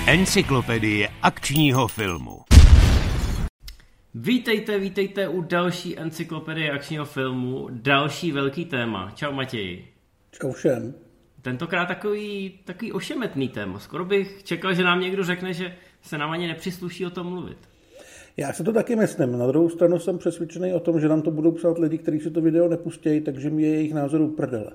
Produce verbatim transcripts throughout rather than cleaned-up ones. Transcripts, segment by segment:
Encyklopedie akčního filmu. Vítejte, vítejte u další encyklopedie akčního filmu, další velký téma. Čau Matěji. Čau všem. Tentokrát takový, takový ošemetný téma. Skoro bych čekal, že nám někdo řekne, že se nám ani nepřisluší o tom mluvit. Já si to taky myslím. Na druhou stranu jsem přesvědčený o tom, že nám to budou psát lidi, kteří si to video nepustějí, takže mi je jejich názorů prdele.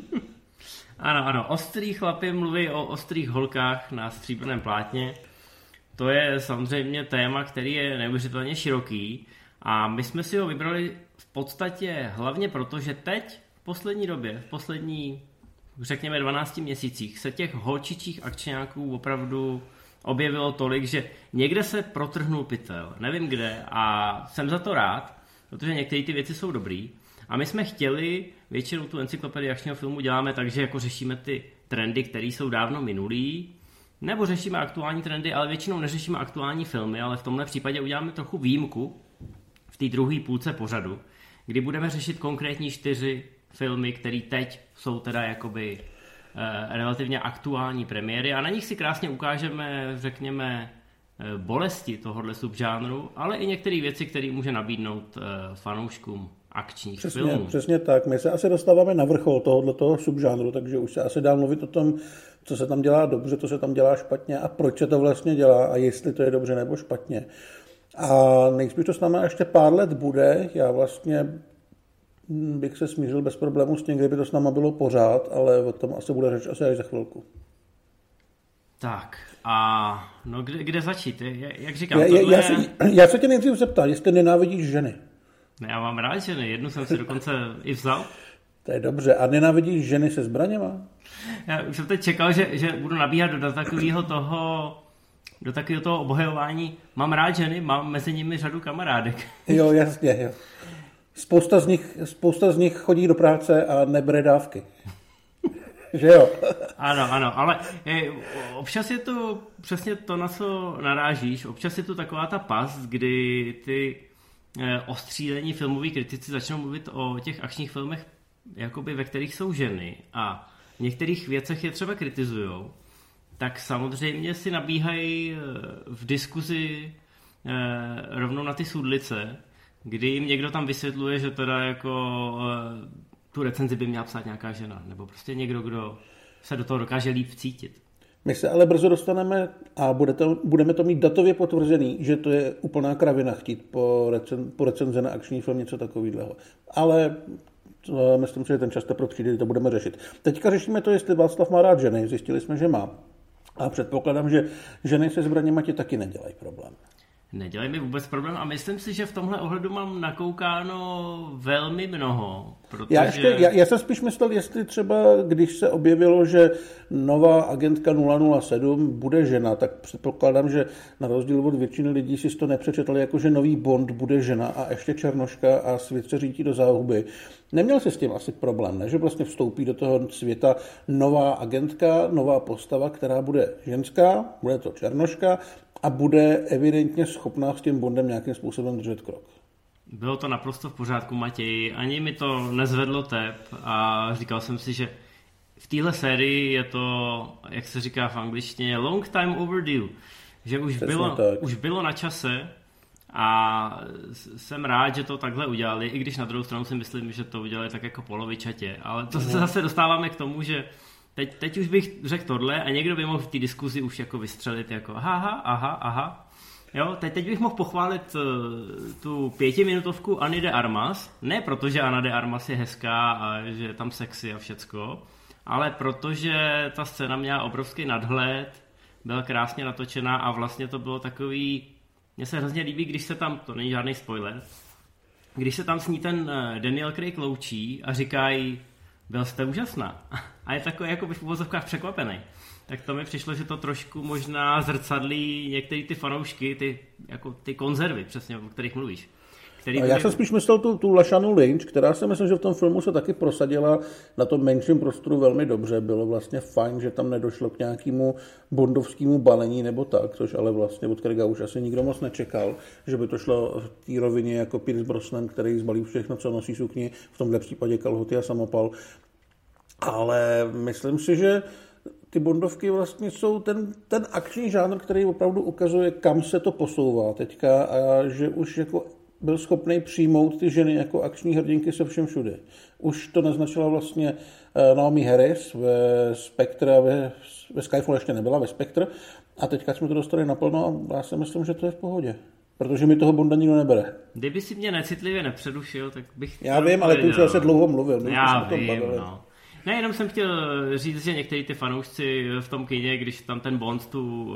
Ano, ano, ostrý chlapi mluví o ostrých holkách na stříbrném plátně. To je samozřejmě téma, který je neuvěřitelně široký a my jsme si ho vybrali v podstatě hlavně proto, že teď v poslední době, v poslední, řekněme dvanácti měsících se těch holčičích akčňáků opravdu objevilo tolik, že někde se protrhnul pytel, nevím kde a jsem za to rád, protože některé ty věci jsou dobrý. A my jsme chtěli, většinou tu encyklopedii akčního filmu děláme tak, že jako řešíme ty trendy, které jsou dávno minulý, nebo řešíme aktuální trendy, ale většinou neřešíme aktuální filmy, ale v tomhle případě uděláme trochu výjimku v té druhé půlce pořadu, kdy budeme řešit konkrétní čtyři filmy, které teď jsou teda jakoby eh, relativně aktuální premiéry a na nich si krásně ukážeme, řekněme, eh, bolesti tohohle subžánru, ale i některé věci, které může nabídnout eh, fanouškům akčních přesně, filmů. Přesně tak. My se asi dostáváme na vrchol tohoto subžánru, takže už se asi dá mluvit o tom, co se tam dělá dobře, co se tam dělá špatně a proč se to vlastně dělá a jestli to je dobře nebo špatně. A nejspíš to s námi ještě pár let bude. Já vlastně bych se smířil bez problémů s tím, kdyby to s náma bylo pořád, ale o tom asi bude řeč asi až za chvilku. Tak a no kde, kde začít? Jak říkám, já, tohle... já, se, já se tě nejdřív zeptám, jestli nenávidíš ženy. Ne, já mám rád ženy, jednu jsem si dokonce i vzal. To je dobře. A nenávidíš ženy se zbraněma? Já už jsem teď čekal, že, že budu nabíhat do takového toho, do takového toho obhajování. Mám rád ženy, mám mezi nimi řadu kamarádek. Jo, jasně, jo. Spousta z nich, spousta z nich chodí do práce a nebere dávky. Že jo? Ano, ano, ale je, občas je to přesně to, na co narážíš. Občas je to taková ta past, kdy ty eh, ostřílení filmoví kritici začnou mluvit o těch akčních filmech, jakoby ve kterých jsou ženy a v některých věcech je třeba kritizujou, tak samozřejmě si nabíhají v diskuzi eh, rovnou na ty sudlice, kdy jim někdo tam vysvětluje, že teda jako eh, tu recenzi by měla psát nějaká žena, nebo prostě někdo, kdo se do toho dokáže líp cítit. My se ale brzo dostaneme a bude to, budeme to mít datově potvrzený, že to je úplná kravina chtít po, recen, po recenze na akční film něco takového. Ale myslím si, že ten čas teprve přijde, kdy to budeme řešit. Teďka řešíme to, jestli Václav má rád ženy. Zjistili jsme, že má. A předpokládám, že ženy se zbraněma ti taky nedělají problém. Nedělají mi vůbec problém a myslím si, že v tomhle ohledu mám nakoukáno velmi mnoho. Protože... Já, ještě, já, já jsem spíš myslel, jestli třeba, když se objevilo, že nová agentka nula nula sedm bude žena, tak předpokládám, že na rozdíl od většiny lidí si to nepřečetli, jako že nový Bond bude žena a ještě černoška a svět se řítí do záhuby. Neměl jsi s tím asi problém, ne? Že vlastně vstoupí do toho světa nová agentka, nová postava, která bude ženská, bude to černoška, a bude evidentně schopná s tím Bondem nějakým způsobem držet krok. Bylo to naprosto v pořádku, Matěj. Ani mi to nezvedlo tep a říkal jsem si, že v téhle sérii je to, jak se říká v angličtině, long time overdue. Že už bylo, už bylo na čase a jsem rád, že to takhle udělali, i když na druhou stranu si myslím, že to udělali tak jako polovičatě. Ale to se zase dostáváme k tomu, že Teď, teď už bych řekl tohle a někdo by mohl v té diskuzi už jako vystřelit jako aha, aha, aha. Jo, teď, teď bych mohl pochválit uh, tu pětiminutovku Anny de Armas. Ne protože Anna de Armas je hezká a že je tam sexy a všecko, ale protože ta scéna měla obrovský nadhled, byla krásně natočená a vlastně to bylo takový, mně se hrozně líbí, když se tam, to není žádný spoiler, když se tam s ní ten uh, Daniel Craig loučí a říkají, byl jste úžasná. A je takový jako v uvozovkách překvapený. Tak to mi přišlo, že to trošku možná zrcadlí některé ty fanoušky, ty, jako ty konzervy, přesně, o kterých mluvíš. Který já jsem spíš myslel tu, tu Lashanu Lynch, která si myslím, že v tom filmu se taky prosadila na tom menším prostoru velmi dobře. Bylo vlastně fajn, že tam nedošlo k nějakému bondovskému balení nebo tak, což ale vlastně od Craiga už asi nikdo moc nečekal, že by to šlo v té rovině jako Pierce Brosnan, který zbalí všechno, co nosí sukni, v tomhle případě kalhoty a samopal. Ale myslím si, že ty bondovky vlastně jsou ten, ten akční žánr, který opravdu ukazuje, kam se to posouvá teďka a že už jako byl schopný přijmout ty ženy jako akční hrdinky se všem všude. Už to naznačila vlastně Naomi Harris ve Spectre, ve, ve Skyfall ještě nebyla, ve Spectre a teďka jsme to dostali naplno a já si myslím, že to je v pohodě. Protože mi toho Bonda nikdo nebere. Kdyby si mě necitlivě nepředušil, tak bych... Já vím, ale tu už se dlouho mluvil. No, já vím, no. Ne, jenom jsem chtěl říct, že některý ty fanoušci v tom kyně, když tam ten Bond tu,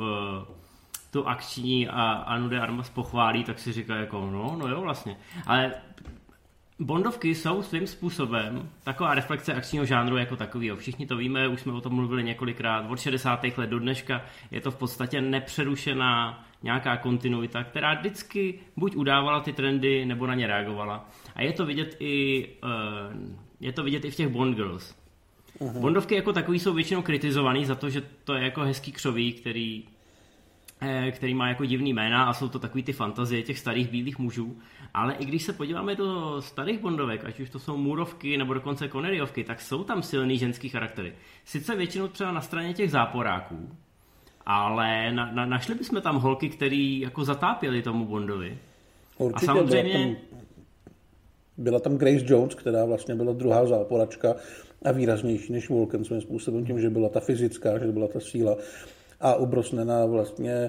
tu akční a Anu de Armas pochválí, tak si říká jako, no, no jo, vlastně. Ale Bondovky jsou svým způsobem taková reflexe akčního žánru jako takovýho. Všichni to víme, už jsme o tom mluvili několikrát. Od šedesátých let do dneška je to v podstatě nepřerušená nějaká kontinuita, která vždycky buď udávala ty trendy, nebo na ně reagovala. A je to vidět i, je to vidět i v těch Bond Girls. Uhum. Bondovky jako takový jsou většinou kritizovaný za to, že to je jako hezký křoví, který, který má jako divný jména a jsou to takový ty fantazie těch starých bílých mužů. Ale i když se podíváme do starých Bondovek, ať už to jsou Mooreovky nebo dokonce Conneryovky, tak jsou tam silný ženský charaktery. Sice většinou třeba na straně těch záporáků, ale na, na, našli bychom tam holky, který jako zatápěli tomu Bondovi. Určitě a samozřejmě... Byla tam, byla tam Grace Jones, která vlastně byla druhá záporačka a výraznější než Vulcan svým způsobem tím, že byla ta fyzická, že byla ta síla. A u Brosnana vlastně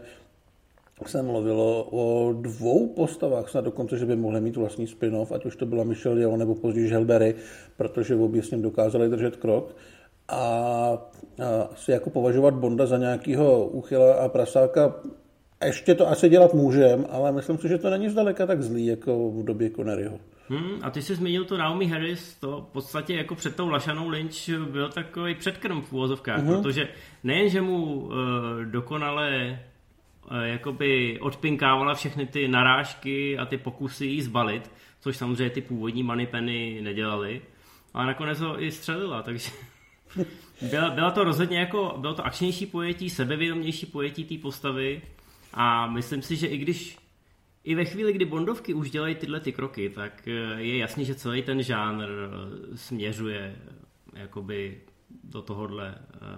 se mluvilo o dvou postavách, snad dokonce, že by mohly mít vlastní spin-off, ať už to byla Michelle Yeoh nebo později Halle Berry, protože obě s ním dokázali držet krok. A, a si jako považovat Bonda za nějakého úchyla a prasáka, ještě to asi dělat můžem, ale myslím si, že to není zdaleka tak zlý, jako v době Conneryho. Hmm, a ty jsi zmínil tu Naomi Harris, to v podstatě jako před tou Lashanou Lynch byl takový předkrm v úvozovkách, uh-huh. protože nejen, že mu uh, dokonale uh, jakoby odpinkávala všechny ty narážky a ty pokusy jí zbalit, což samozřejmě ty původní Moneypenny nedělali, ale nakonec ho i střelila, takže byla, byla to rozhodně jako, bylo to akčnější pojetí, sebevědomější pojetí té postavy a myslím si, že i když i ve chvíli, kdy Bondovky už dělají tyhle ty kroky, tak je jasný, že celý ten žánr směřuje jakoby do tohohle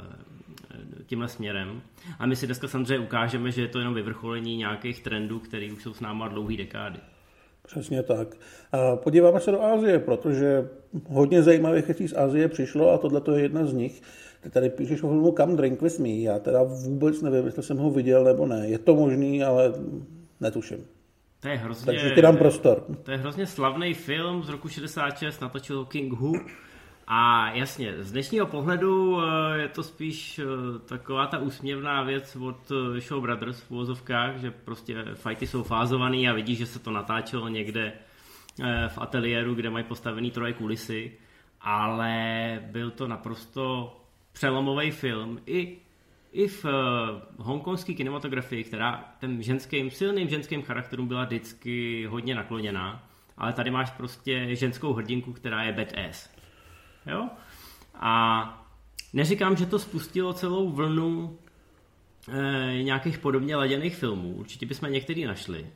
tímhle směrem. A my si dneska samozřejmě ukážeme, že je to jenom vyvrcholení nějakých trendů, které už jsou s náma dlouhý dekády. Přesně tak. A podíváme se do Asie, protože hodně zajímavých věcí z Asie přišlo a tohle je jedna z nich. Ty tady píšeš o filmu Come Drink With Me. Já teda vůbec nevím, jestli jsem ho viděl nebo ne. Je to možný, ale netuším. To je hrozně, Takže ti dám prostor. To je hrozně slavný film z roku šedesát šest, natočil King Hu. A jasně, z dnešního pohledu je to spíš taková ta úsměvná věc od Shaw Brothers v uvozovkách, že prostě fighty jsou fázovaný a vidíš, že se to natáčelo někde v ateliéru, kde mají postavený troje kulisy, ale byl to naprosto přelomový film i I v uh, hongkongské kinematografii, která těm ženským, silným ženským charakterům byla vždycky hodně nakloněná, ale tady máš prostě ženskou hrdinku, která je badass. Jo? A neříkám, že to spustilo celou vlnu e, nějakých podobně laděných filmů, určitě bychom některý našli,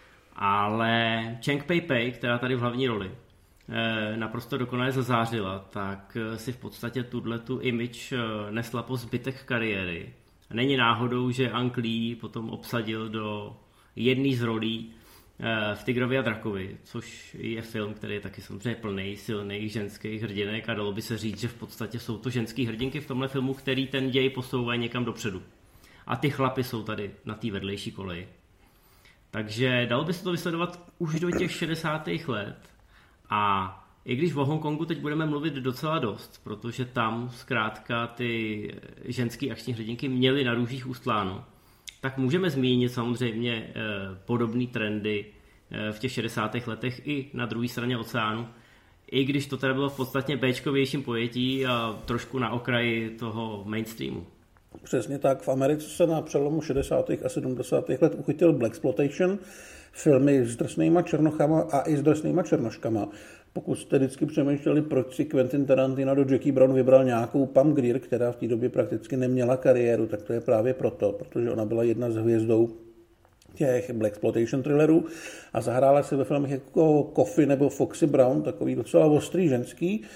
ale Cheng Pei Pei, která tady v hlavní roli e, naprosto dokonale zazářila, tak si v podstatě tuto image nesla po zbytek kariéry. Není náhodou, že Ang Lee potom obsadil do jedné z rolí v Tigrovi a drakovi, což je film, který je taky samozřejmě plný silných ženských hrdinek a dalo by se říct, že v podstatě jsou to ženský hrdinky v tomhle filmu, který ten děj posouvá někam dopředu. A ty chlapy jsou tady na té vedlejší koleji. Takže dalo by se to vysledovat už do těch šedesátých let a i když o Hongkongu teď budeme mluvit docela dost, protože tam zkrátka ty ženský akční hrdinky měly na růžích ustláno, tak můžeme zmínit samozřejmě podobné trendy v těch šedesátých letech i na druhé straně oceánu, i když to teda bylo v podstatně béčkovějším pojetí a trošku na okraji toho mainstreamu. Přesně tak. V Americe se na přelomu šedesátých a sedmdesátých let uchytil blaxploitation, filmy s drsnýma černochama a i s drsnýma černoškama. Pokud jste vždycky přemýšleli, proč si Quentin Tarantino do Jackie Brown vybral nějakou Pam Grier, která v té době prakticky neměla kariéru, tak to je právě proto, protože ona byla jedna z hvězdou těch blaxploitation thrillerů a zahrála se ve filmech jako Coffee nebo Foxy Brown, takový docela ostrý ženský.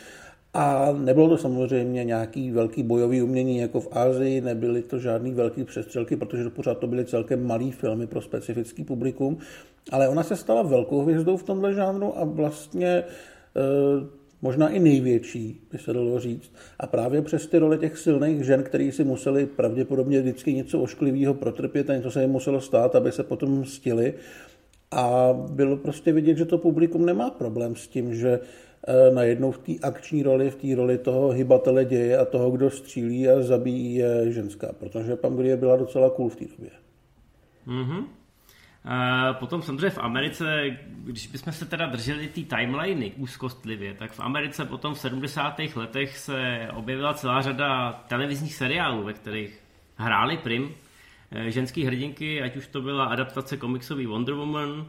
A nebylo to samozřejmě nějaký velký bojový umění jako v Asii, nebyly to žádný velký přestřelky, protože to pořád to byly celkem malý filmy pro specifický publikum, ale ona se stala velkou hvězdou v tomhle žánru a vlastně e, možná i největší, by se dalo říct. A právě přes ty role těch silných žen, který si museli pravděpodobně vždycky něco ošklivého protrpět a něco se jim muselo stát, aby se potom mstili. A bylo prostě vidět, že to publikum nemá problém s tím, že najednou v té akční roli, v té roli toho hybatele děje a toho, kdo střílí a zabíjí, je ženská, protože Pangrie byla docela cool v té době. Mm-hmm. A potom samozřejmě v Americe, když bychom se teda drželi ty timeliny úzkostlivě, tak v Americe potom v sedmdesátých letech se objevila celá řada televizních seriálů, ve kterých hráli prim ženský hrdinky, ať už to byla adaptace komiksový Wonder Woman,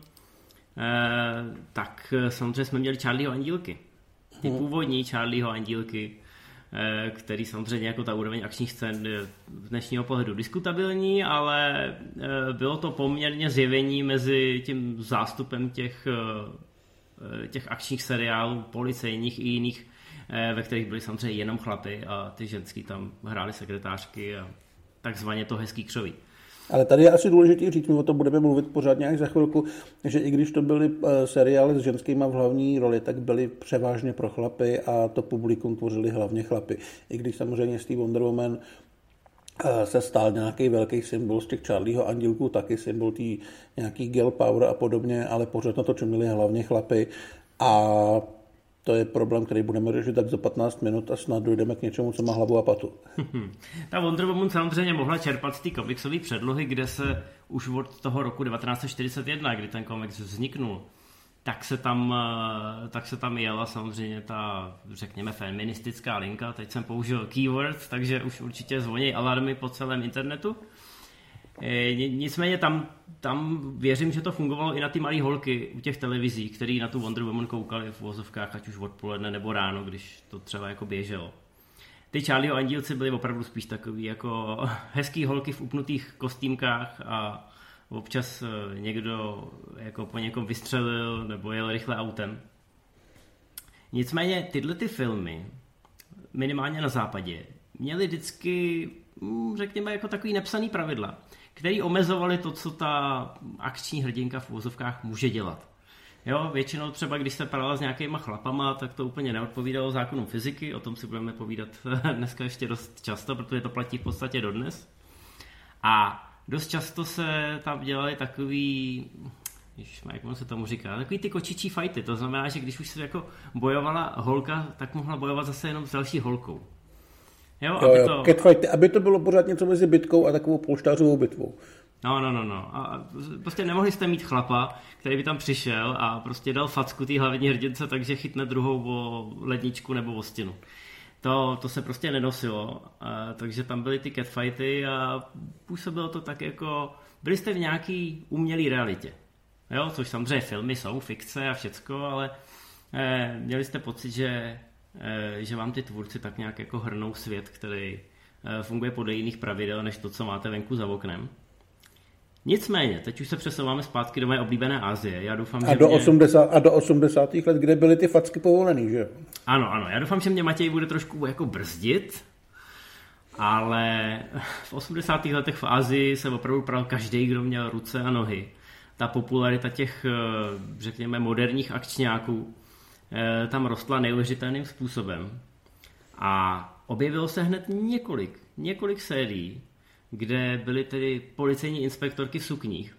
tak samozřejmě jsme měli Charlieho andílky. Ty původní Charlieho andílky, který samozřejmě jako ta úroveň akčních scén z dnešního pohledu diskutabilní, ale bylo to poměrně zjevení mezi tím zástupem těch, těch akčních seriálů, policejních i jiných, ve kterých byly samozřejmě jenom chlapy a ty ženský tam hrály sekretářky a takzvaně to hezký křoví. Ale tady je asi důležité říct, my o tom budeme mluvit pořád nějak za chvilku, že i když to byly seriály s ženskýma v hlavní roli, tak byly převážně pro chlapy a to publikum tvořili hlavně chlapy. I když samozřejmě z té Wonder Woman se stál nějaký velký symbol z těch Charlieho andílků, taky symbol tý nějaký girl power a podobně, ale pořád na to čumili hlavně chlapy a to je problém, který budeme řešit tak za patnáct minut a snad dojdeme k něčemu, co má hlavu a patu. Ta Wonder Woman samozřejmě mohla čerpat z té komiksové předlohy, kde se už od toho roku devatenáct set čtyřicet jedna, kdy ten komiks vzniknul, tak se tam, tak se tam jela samozřejmě ta, řekněme, feministická linka. Teď jsem použil keyword, takže už určitě zvoní alarmy po celém internetu. Nicméně tam, tam věřím, že to fungovalo i na ty malé holky u těch televizí, který na tu Wonder Woman koukali v vozovkách, ať už odpoledne nebo ráno, když to třeba jako běželo. Ty Charlieho andílci byli opravdu spíš takový jako hezký holky v upnutých kostýmkách a občas někdo jako po někom vystřelil nebo jel rychle autem. Nicméně tyhle ty filmy, minimálně na západě, měly vždycky, řekněme, jako takový nepsaný pravidla, který omezovali to, co ta akční hrdinka v uvozovkách může dělat. Jo, většinou třeba, když se parala s nějakýma chlapama, tak to úplně neodpovídalo zákonům fyziky, o tom si budeme povídat dneska ještě dost často, protože to platí v podstatě dodnes. A dost často se tam dělali takový, ježišmar, jak se tomu říká, takový ty kočičí fajty, to znamená, že když už se jako bojovala holka, tak mohla bojovat zase jenom s další holkou. Jo, jo, aby, jo, to... catfighty, aby to bylo pořád něco mezi bitkou a takovou polštářovou bitvou. No, no, no, no. A prostě nemohli jste mít chlapa, který by tam přišel a prostě dal facku té hlavní hrdince, takže chytne druhou o ledničku nebo o stěnu. To, to se prostě nenosilo, a, takže tam byly ty catfighty a působilo to tak jako, byli jste v nějaký umělý realitě. Jo, což samozřejmě filmy jsou, fikce a všecko, ale eh, měli jste pocit, že že vám ty tvůrci tak nějak jako hrnou svět, který funguje podle jiných pravidel, než to, co máte venku za oknem. Nicméně, teď už se přesouváme zpátky do mé oblíbené Asie. Já doufám, a, že do mě... osmdesátých a do osmdesátých let, kde byly ty facky povolený, že? Ano, ano. Já doufám, že mě Matěj bude trošku jako brzdit, ale v osmdesátých letech v Asii se opravdu pral každý, kdo měl ruce a nohy. Ta popularita těch, řekněme, moderních akčňáků tam rostla neuvěřitelným způsobem. A objevilo se hned několik, několik sérií, kde byly tedy policejní inspektorky v sukních,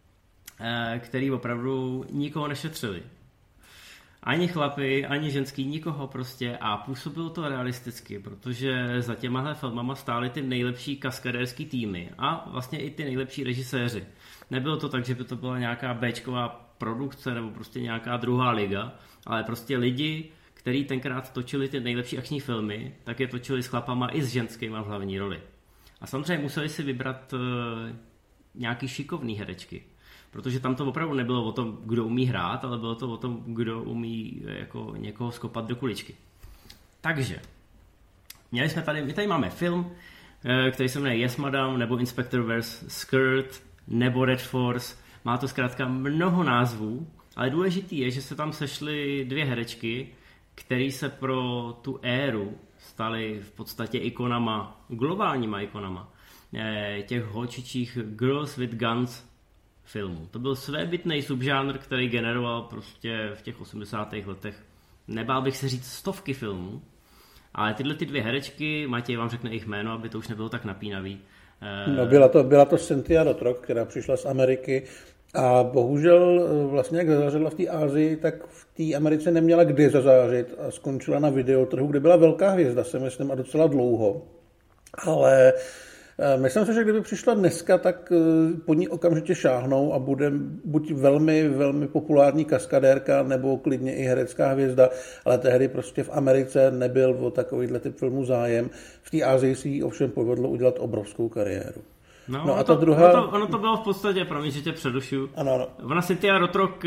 který opravdu nikoho nešetřili. Ani chlapy, ani ženský, nikoho prostě. A působilo to realisticky, protože za těmahle filmama stály ty nejlepší kaskadérský týmy a vlastně i ty nejlepší režiséři. Nebylo to tak, že by to byla nějaká béčková produkce nebo prostě nějaká druhá liga, ale prostě lidi, kteří tenkrát točili ty nejlepší akční filmy, tak je točili s chlapama i s ženskýma v hlavní roli. A samozřejmě museli si vybrat uh, nějaký šikovný herečky, protože tam to opravdu nebylo o tom, kdo umí hrát, ale bylo to o tom, kdo umí jako někoho skopat do kuličky. Takže, měli jsme tady, my tady máme film, uh, který se jmenuje Yes Madam, nebo Inspector Wears Skirt, nebo Red Force. Má to zkrátka mnoho názvů, ale důležitý je, že se tam sešly dvě herečky, který se pro tu éru staly v podstatě ikonama, globálníma ikonama těch holčičích Girls with Guns filmů. To byl svébytný subžánr, který generoval prostě v těch osmdesátých letech, nebál bych se říct, stovky filmů, ale tyhle ty dvě herečky, Matěj vám řekne jejich jméno, aby to už nebylo tak napínavý. No, byla to, byla to Cynthia Rothrock, která přišla z Ameriky a bohužel vlastně jak zazářila v té Asii, tak v té Americe neměla kdy zazářit a skončila na videotrhu, kde byla velká hvězda, si myslím, a docela dlouho. Ale myslím si, že kdyby přišla dneska, tak po ní okamžitě šáhnou a bude buď velmi, velmi populární kaskadérka, nebo klidně i herecká hvězda, ale tehdy prostě v Americe nebyl o takovýhle typ filmu zájem. V té Asii si jí ovšem povedlo udělat obrovskou kariéru. No, no a ta to, druhá... Ono to, ono to bylo v podstatě, promiň, že tě předušu. Ano, ano. Ona Cynthia Rothrock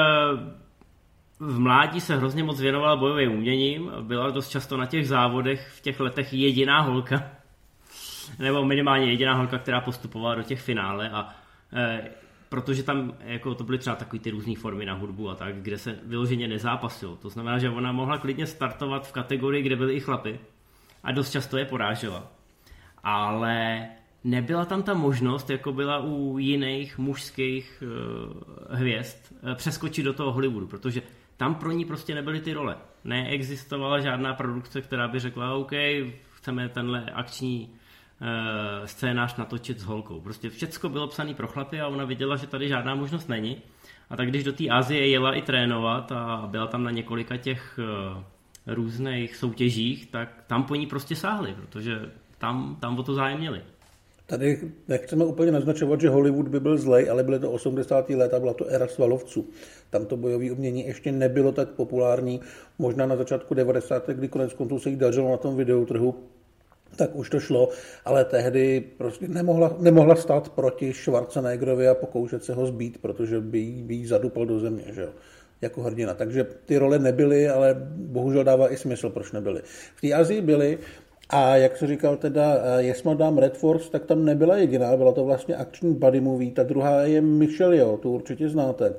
v mládí se hrozně moc věnovala bojovým uměním, byla dost často na těch závodech v těch letech jediná holka, nebo minimálně jediná holka, která postupovala do těch finále a e, protože tam jako to byly třeba takový ty různý formy na hudbu a tak, kde se vyloženě nezápasilo. To znamená, že ona mohla klidně startovat v kategorii, kde byly i chlapy a dost často je porážela. Ale nebyla tam ta možnost, jako byla u jiných mužských e, hvězd, e, přeskočit do toho Hollywoodu, protože tam pro ní prostě nebyly ty role. Neexistovala žádná produkce, která by řekla, OK, chceme tenhle akční e, scénář natočit s holkou. Prostě všecko bylo psané pro chlapy a ona viděla, že tady žádná možnost není. A tak když do té Asie jela i trénovat a byla tam na několika těch e, různých soutěžích, tak tam po ní prostě sáhli, protože tam, tam o to zájem měli. Tady nechceme úplně naznačovat, že Hollywood by byl zlej, ale byly to osmdesátá léta, byla to éra svalovců. Tam to bojové umění ještě nebylo tak populární. Možná na začátku devadesátých, kdy konec konců se jí dařilo na tom videotrhu, tak už to šlo, ale tehdy prostě nemohla, nemohla stát proti Schwarzeneggerovi a pokoušet se ho zbít, protože by jí, by jí zadupal do země, že jo, jako hrdina. Takže ty role nebyly, ale bohužel dává i smysl, proč nebyly. V té Asii byly. A jak se říkal teda Yes Madame Red Force, tak tam nebyla jediná, byla to vlastně akční buddy movie, ta druhá je Michelle Yeoh, tu určitě znáte.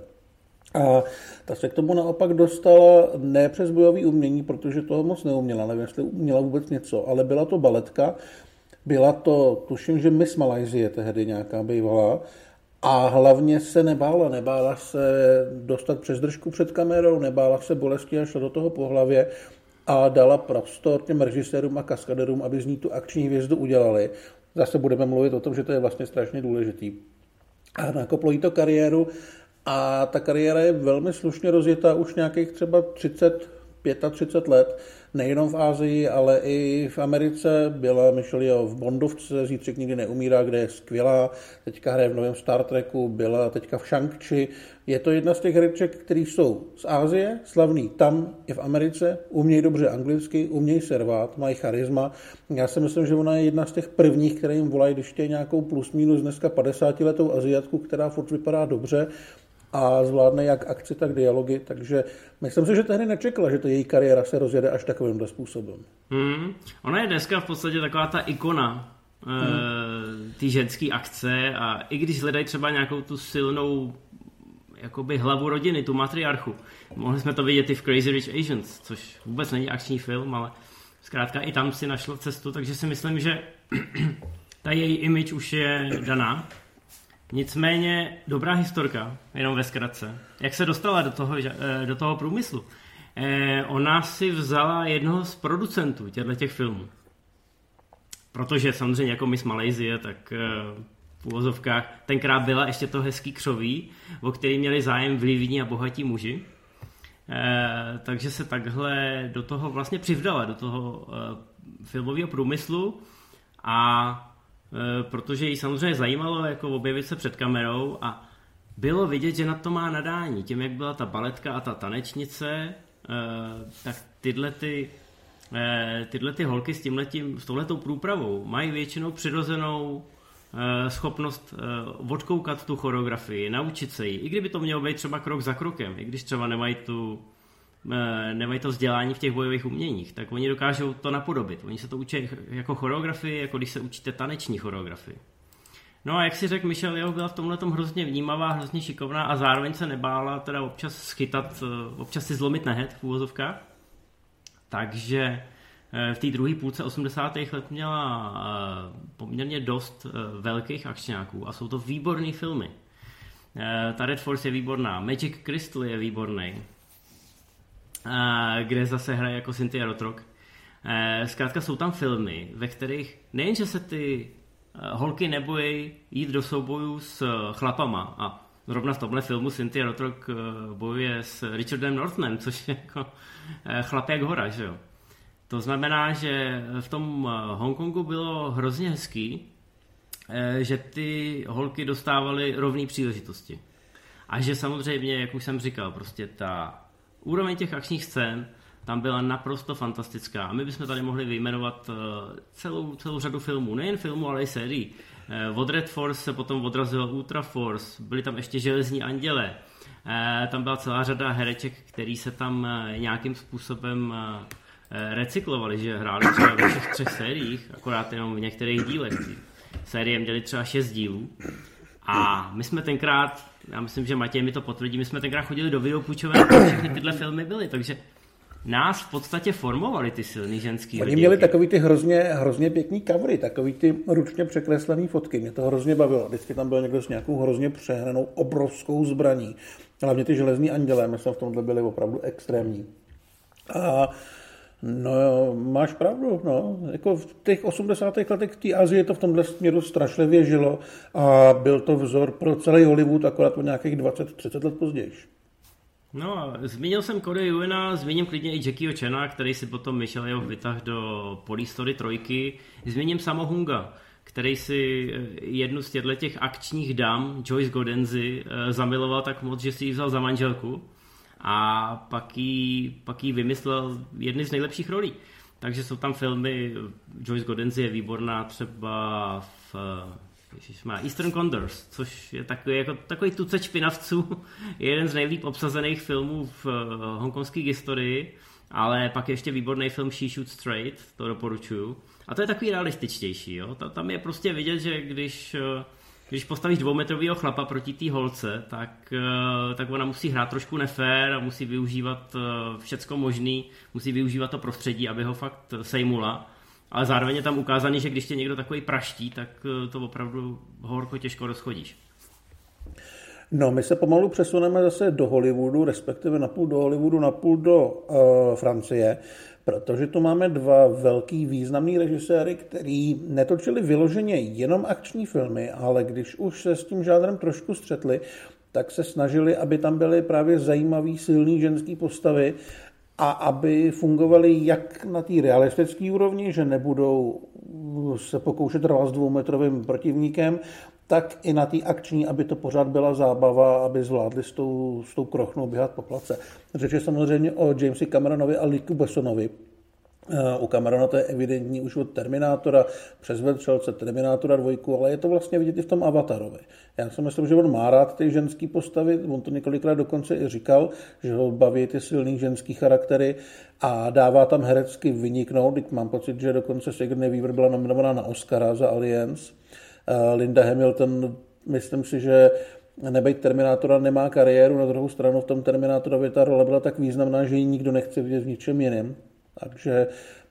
A ta se k tomu naopak dostala ne přes bojové umění, protože toho moc neuměla, nevím, jestli uměla vůbec něco, ale byla to baletka, byla to, tuším, že Miss Malajzie tehdy nějaká bývalá, a hlavně se nebála, nebála se dostat přes držku před kamerou, nebála se bolesti a šla do toho po hlavě, a dala prostor těm režisérům a kaskaderům, aby z ní tu akční hvězdu udělali. Zase budeme mluvit o tom, že to je vlastně strašně důležitý. A nakoplo jí to kariéru a ta kariéra je velmi slušně rozjetá už nějakých třeba třicet, třicet pět let. Nejenom v Asii, ale i v Americe. Byla Michelle Yeoh v Bondovce, Zítřek nikdy neumírá, kde je skvělá. Teďka hraje v novém Star Treku, byla teďka v Shang-Chi. Je to jedna z těch hereček, který jsou z Asie, slavný tam i v Americe, umějí dobře anglicky, umějí se rvát, mají charisma. Já si myslím, že ona je jedna z těch prvních, které jim volají, když je nějakou plus minus dneska padesátiletou Aziatku, která furt vypadá dobře a zvládne jak akci, tak dialogy, takže myslím si, že tehdy nečekala, že to její kariéra se rozjede až takovýmhle způsobem. Hmm. Ona je dneska v podstatě taková ta ikona hmm. e, ty ženský akce a i když hledají třeba nějakou tu silnou jakoby hlavu rodiny, tu matriarchu. Mohli jsme to vidět i v Crazy Rich Asians, což vůbec není akční film, ale zkrátka i tam si našlo cestu, takže si myslím, že ta její image už je daná. Nicméně dobrá historka, jenom ve zkratce. Jak se dostala do toho, do toho průmyslu? Eh, ona si vzala jednoho z producentů těch filmů. Protože samozřejmě jako Miss Malajzie, tak eh, v uvozovkách tenkrát byla ještě to hezký křoví, o který měli zájem vlivní a bohatí muži. Eh, takže se takhle do toho vlastně přivdala, do toho eh, filmového průmyslu a protože jí samozřejmě zajímalo jako objevit se před kamerou a bylo vidět, že na to má nadání. Tím, jak byla ta baletka a ta tanečnice, tak tyhle ty, tyhle ty holky s tímhletím, s touhletou průpravou mají většinou přirozenou schopnost odkoukat tu choreografii, naučit se ji. I kdyby to mělo být třeba krok za krokem, i když třeba nemají tu nemají to vzdělání v těch bojových uměních, tak oni dokážou to napodobit. Oni se to učí jako choreografii, jako když se učíte taneční choreografii. No a jak si řekl, Michelle Yeoh byla v tomhletom hrozně vnímavá, hrozně šikovná a zároveň se nebála teda občas schytat, občas si zlomit nehet v úvozovkách. Takže v té druhé půlce osmdesátých let měla poměrně dost velkých akčňáků a jsou to výborný filmy. Ta Red Force je výborná, Magic Crystal je výborný, kde zase hraje jako Cynthia Rothrock. Zkrátka jsou tam filmy, ve kterých nejenže se ty holky nebojí jít do soubojů s chlapama a zrovna v tomhle filmu Cynthia Rothrock bojuje s Richardem Northonem, což je jako chlap jak hora, že jo. To znamená, že v tom Hongkongu bylo hrozně hezký, že ty holky dostávaly rovné příležitosti. A že samozřejmě, jak už jsem říkal, prostě ta úroveň těch akčních scén tam byla naprosto fantastická. A my bychom tady mohli vyjmenovat celou, celou řadu filmů, nejen filmů, ale i sérií. Od Red Force se potom odrazil Ultra Force, byly tam ještě Železní anděle. Tam byla celá řada hereček, který se tam nějakým způsobem recyklovali, že hráli třeba ve všech třech sériích, akorát jenom v některých dílech. Série měly třeba šest dílů. A my jsme tenkrát, já myslím, že Matěj mi to potvrdí, my jsme tenkrát chodili do videopůjčoven, kde všechny tyhle filmy byly, takže nás v podstatě formovali ty silný ženský Oni měli takový ty hrozně, hrozně pěkný covery, takový ty ručně překreslený fotky. Mě to hrozně bavilo. Vždycky tam byl někdo s nějakou hrozně přehranou obrovskou zbraní. Hlavně ty Železní andělé, my jsme v tomhle byli opravdu extrémní. A no máš pravdu, no. Jako v těch osmdesátých letech v té Asii to v tomhle směru strašlivě žilo a byl to vzor pro celý Hollywood akorát o nějakých dvacet třicet let později. No, zmínil jsem Corey Yuna, zmíním klidně i Jackieho Chana, který si potom Michelle jeho vytáhl do Police Story trojky. Zmíním Sammo Hunga, který si jednu z těch akčních dam, Joyce Godenzi, zamiloval tak moc, že si ji vzal za manželku a pak jí, pak jí vymyslel jedny z nejlepších rolí. Takže jsou tam filmy, Joyce Godenzi je výborná třeba v Ježišmá, Eastern Condors, což je takový, jako, takový tucet špinavců, jeden z nejlíp obsazených filmů v hongkongské historii, ale pak ještě výborný film She Shoots Straight, to doporučuju. A to je takový realističtější, jo? Tam je prostě vidět, že když, když postavíš dvoumetrovýho chlapa proti té holce, tak, tak ona musí hrát trošku nefér a musí využívat všecko možný, musí využívat to prostředí, aby ho fakt sejmula. Ale zároveň je tam ukázaný, že když tě někdo takový praští, tak to opravdu horko těžko rozchodíš. No, my se pomalu přesuneme zase do Hollywoodu, respektive napůl do Hollywoodu, napůl do uh, Francie, protože tu máme dva velký významný režiséry, který netočili vyloženě jenom akční filmy, ale když už se s tím žánrem trošku střetli, tak se snažili, aby tam byly právě zajímavý, silný ženský postavy, a aby fungovaly jak na té realistické úrovni, že nebudou se pokoušet rvát s dvoumetrovým protivníkem, tak i na té akční, aby to pořád byla zábava, aby zvládli s tou, s tou krochnou běhat po place. Řeč je samozřejmě o Jamesi Cameronovi a Lucu Bessonovi. U Camerona to je evidentní už od Terminátora přes Vetřelce, Terminátora dvojku, ale je to vlastně vidět i v tom Avatarovi. Já si myslím, že on má rád ty ženský postavy, on to několikrát dokonce i říkal, že ho baví ty silný ženský charaktery a dává tam herecky vyniknout. Teď mám pocit, že dokonce Sigourney Weaver byla nominovaná na Oscara za Alliance. Linda Hamilton, myslím si, že nebejt Terminátora nemá kariéru, na druhou stranu v tom Terminátorovi ta role byla tak významná, že ji nikdo nechce vidět v ničem jiném. Takže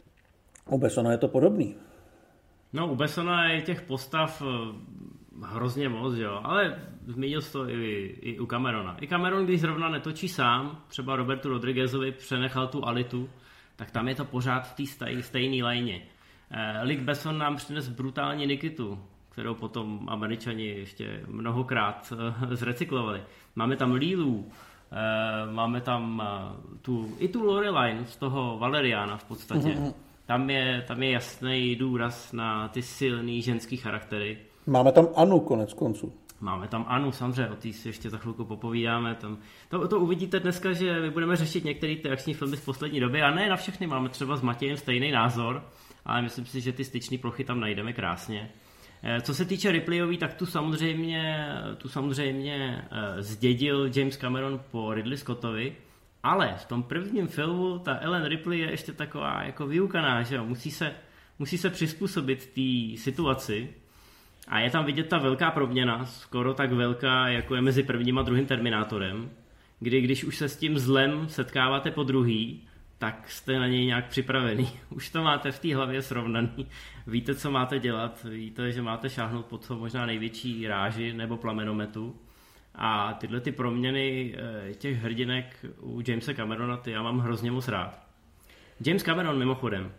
u Bessona je to podobný. No, u Bessona je těch postav hrozně moc, jo, ale zmínil jsi to i, i u Camerona. I Cameron, když zrovna netočí sám, třeba Robertu Rodriguezovi přenechal tu Alitu, tak tam je to pořád v té stejné lajně. Eh, Luc Besson nám přines brutální Nikitu, kterou potom Američani ještě mnohokrát eh, zrecyklovali. Máme tam Lilu, Uh, máme tam uh, tu, i tu Loreline z toho Valeriana v podstatě. Mm-hmm. Tam je, tam je jasný důraz na ty silný ženský charaktery. Máme tam Anu konec konců. Máme tam Anu, samozřejmě, o té si ještě za chvilku popovídáme. Tam. To, to uvidíte dneska, že my budeme řešit některé ty akční filmy z poslední doby a ne na všechny máme třeba s Matějem stejný názor, ale myslím si, že ty styčné plochy tam najdeme krásně. Co se týče Ripleyový, tak tu samozřejmě, tu samozřejmě zdědil James Cameron po Ridley Scottovi, ale v tom prvním filmu ta Ellen Ripley je ještě taková jako vyukaná, že jo? Musí se, musí se přizpůsobit té situaci a je tam vidět ta velká proměna, skoro tak velká, jako je mezi prvním a druhým Terminátorem, kdy když už se s tím zlem setkáváte po druhý, tak jste na něj nějak připravený. Už to máte v té hlavě srovnaný. Víte, co máte dělat. Víte, že máte šáhnout po co možná největší ráži nebo plamenometu. A tyhle ty proměny těch hrdinek u Jamesa Camerona, ty já mám hrozně moc rád. James Cameron mimochodem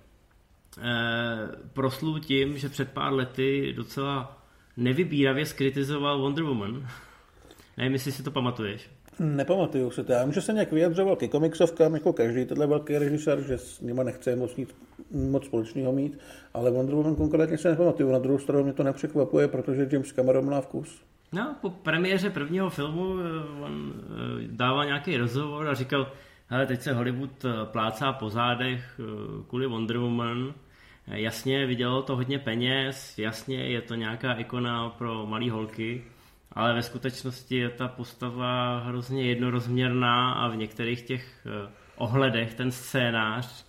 proslul tím, že před pár lety docela nevybíravě skritizoval Wonder Woman. Nevím, jestli si to pamatuješ. Nepamatuju si to. Já vím, že se nějak vyjadřoval ke komiksovkám, jako každý tenhle velký režisér, že s nima nechce moc, nic, moc společného mít, ale Wonder Woman konkrétně se nepamatuju. Na druhou stranu mě to nepřekvapuje, protože James Cameron má vkus. No, po premiéře prvního filmu on dával nějaký rozhovor a říkal, hele, teď se Hollywood plácá po zádech kvůli Wonder Woman. Jasně, vydělalo to hodně peněz, jasně, je to nějaká ikona pro malý holky, ale ve skutečnosti je ta postava hrozně jednorozměrná a v některých těch ohledech ten scénář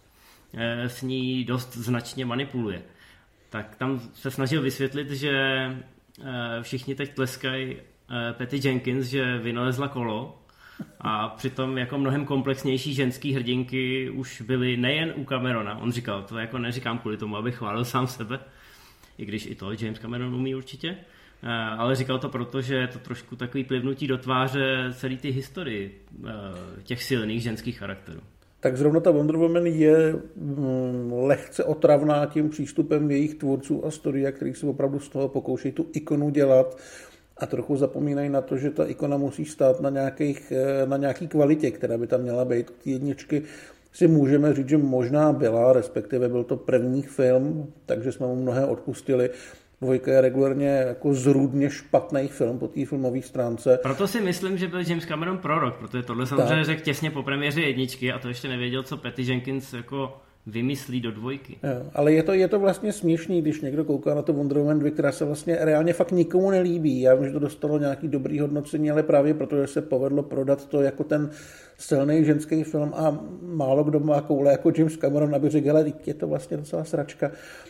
s ní dost značně manipuluje. Tak tam se snažil vysvětlit, že všichni teď tleskají Patty Jenkins, že vynalezla kolo, a přitom jako mnohem komplexnější ženský hrdinky už byly nejen u Camerona. On říkal, to jako neříkám kvůli tomu, abych chválil sám sebe, i když i to James Cameron umí určitě, ale říkal to proto, že je to trošku takový plivnutí do tváře celý ty historii těch silných ženských charakterů. Tak zrovna ta Wonder Woman je mm, lehce otravná tím přístupem jejich tvůrců a studia, který se opravdu z toho pokouší tu ikonu dělat a trochu zapomínají na to, že ta ikona musí stát na, nějakých, na nějaký kvalitě, která by tam měla být. Ty jedničky si můžeme říct, že možná byla, respektive byl to první film, takže jsme mu mnohé odpustili. Dvojka je regulárně jako zrůdně špatný film po té filmové stránce. Proto si myslím, že byl James Cameron prorok, protože tohle samozřejmě řekl těsně po premiéře jedničky a to ještě nevěděl, co Patty Jenkins jako vymyslí do dvojky. Jo, ale je to, je to vlastně směšný, když někdo kouká na to Wonder Woman dva, která se vlastně reálně fakt nikomu nelíbí. Já vím, že to dostalo nějaký dobrý hodnocení, ale právě protože se povedlo prodat to jako ten silný ženský film a málo kdo má koule jako James Cameron, aby řekl, ale je to vlastně docela sračka.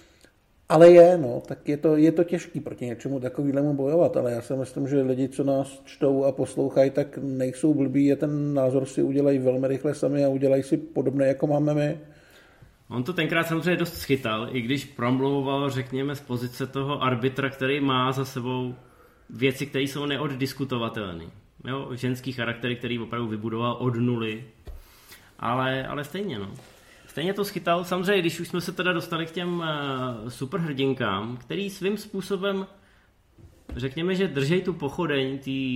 Ale je, no, tak je to, je to těžký proti něčemu takovýhlemu bojovat, ale já si myslím, že lidi, co nás čtou a poslouchají, tak nejsou blbí a ten názor si udělají velmi rychle sami a udělají si podobné, jako máme my. On to tenkrát samozřejmě dost schytal, i když promlouval, řekněme, z pozice toho arbitra, který má za sebou věci, které jsou neoddiskutovatelné. Jo, ženský charaktery, který opravdu vybudoval od nuly, ale, ale stejně, no. Stejně to schytal, samozřejmě, když už jsme se teda dostali k těm uh, superhrdinkám, který svým způsobem, řekněme, že držej tu pochodeň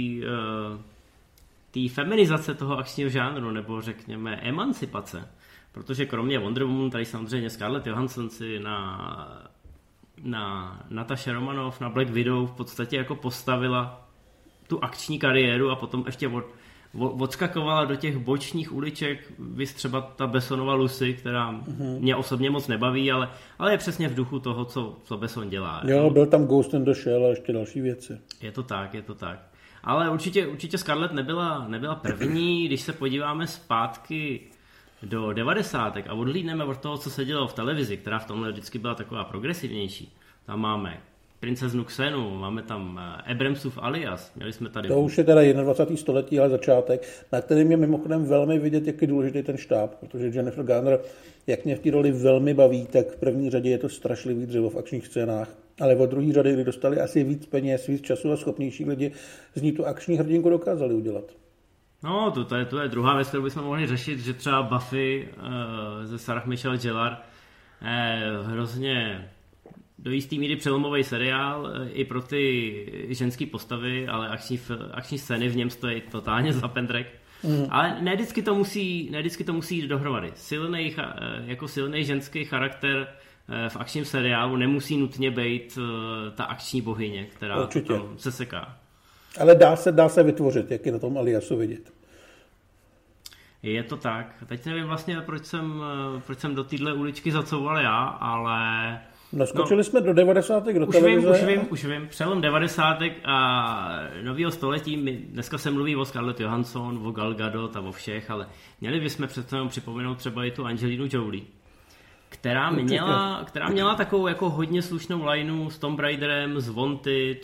té uh, feminizace toho akčního žánru, nebo řekněme emancipace, protože kromě Wonder Woman tady samozřejmě Scarlett Johansson si na, na Natasha Romanoff, na Black Widow v podstatě jako postavila tu akční kariéru a potom ještě od odskakovala do těch bočních uliček, vys třeba ta Bessonova Lucy, která mm-hmm. mě osobně moc nebaví, ale, ale je přesně v duchu toho, co, co Besson dělá. Jo, no? Byl tam Ghost in the Shell a ještě další věci. Je to tak, je to tak. Ale určitě, určitě Scarlett nebyla, nebyla první, když se podíváme zpátky do devadesátek a odhlídneme od toho, co se dělo v televizi, která v tomhle vždycky byla taková progresivnější. Tam máme princeznu Xenu, máme tam Abramsův alias, měli jsme tady... To už je teda dvacátého prvního století, ale začátek, na kterým je mimochodem velmi vidět, jak je důležitý ten štáb, protože Jennifer Garner, jak mě v té roli velmi baví, tak v první řadě je to strašlivý dřevo v akčních scénách, ale od druhé řady, kdy dostali asi víc peněz, víc času a schopnější lidi, z ní tu akční hrdinku dokázali udělat. No, to, to, je, to je druhá věc, kterou bychom mohli řešit, že třeba Buffy uh, ze Sarah Michelle Gellar eh, hrozně do jistý míry přelomový seriál i pro ty ženské postavy, ale akční, akční scény v něm stojí totálně za pendrek. Mm. Ale ne vždycky to musí, ne vždycky to musí jít dohromady. Silný, jako silný ženský charakter v akčním seriálu nemusí nutně být ta akční bohyně, která Určitě. Tam se seká. Ale dá se, dá se vytvořit, jak je na tom aliasu vidět. Je to tak. Teď nevím vlastně, proč jsem, proč jsem do téhle uličky zacouval já, ale... Naskočili no, jsme do devadesátek do už televize. Vím, už vím, už vím. Přelom devadesátek a nového století, my, dneska se mluví o Scarlett Johansson, o Gal Gadot a o všech, ale měli bychom přece jenom připomenout třeba i tu Angelinu Jolie, která měla, která měla takovou jako hodně slušnou lineu s Tomb Raiderem, s Wanted,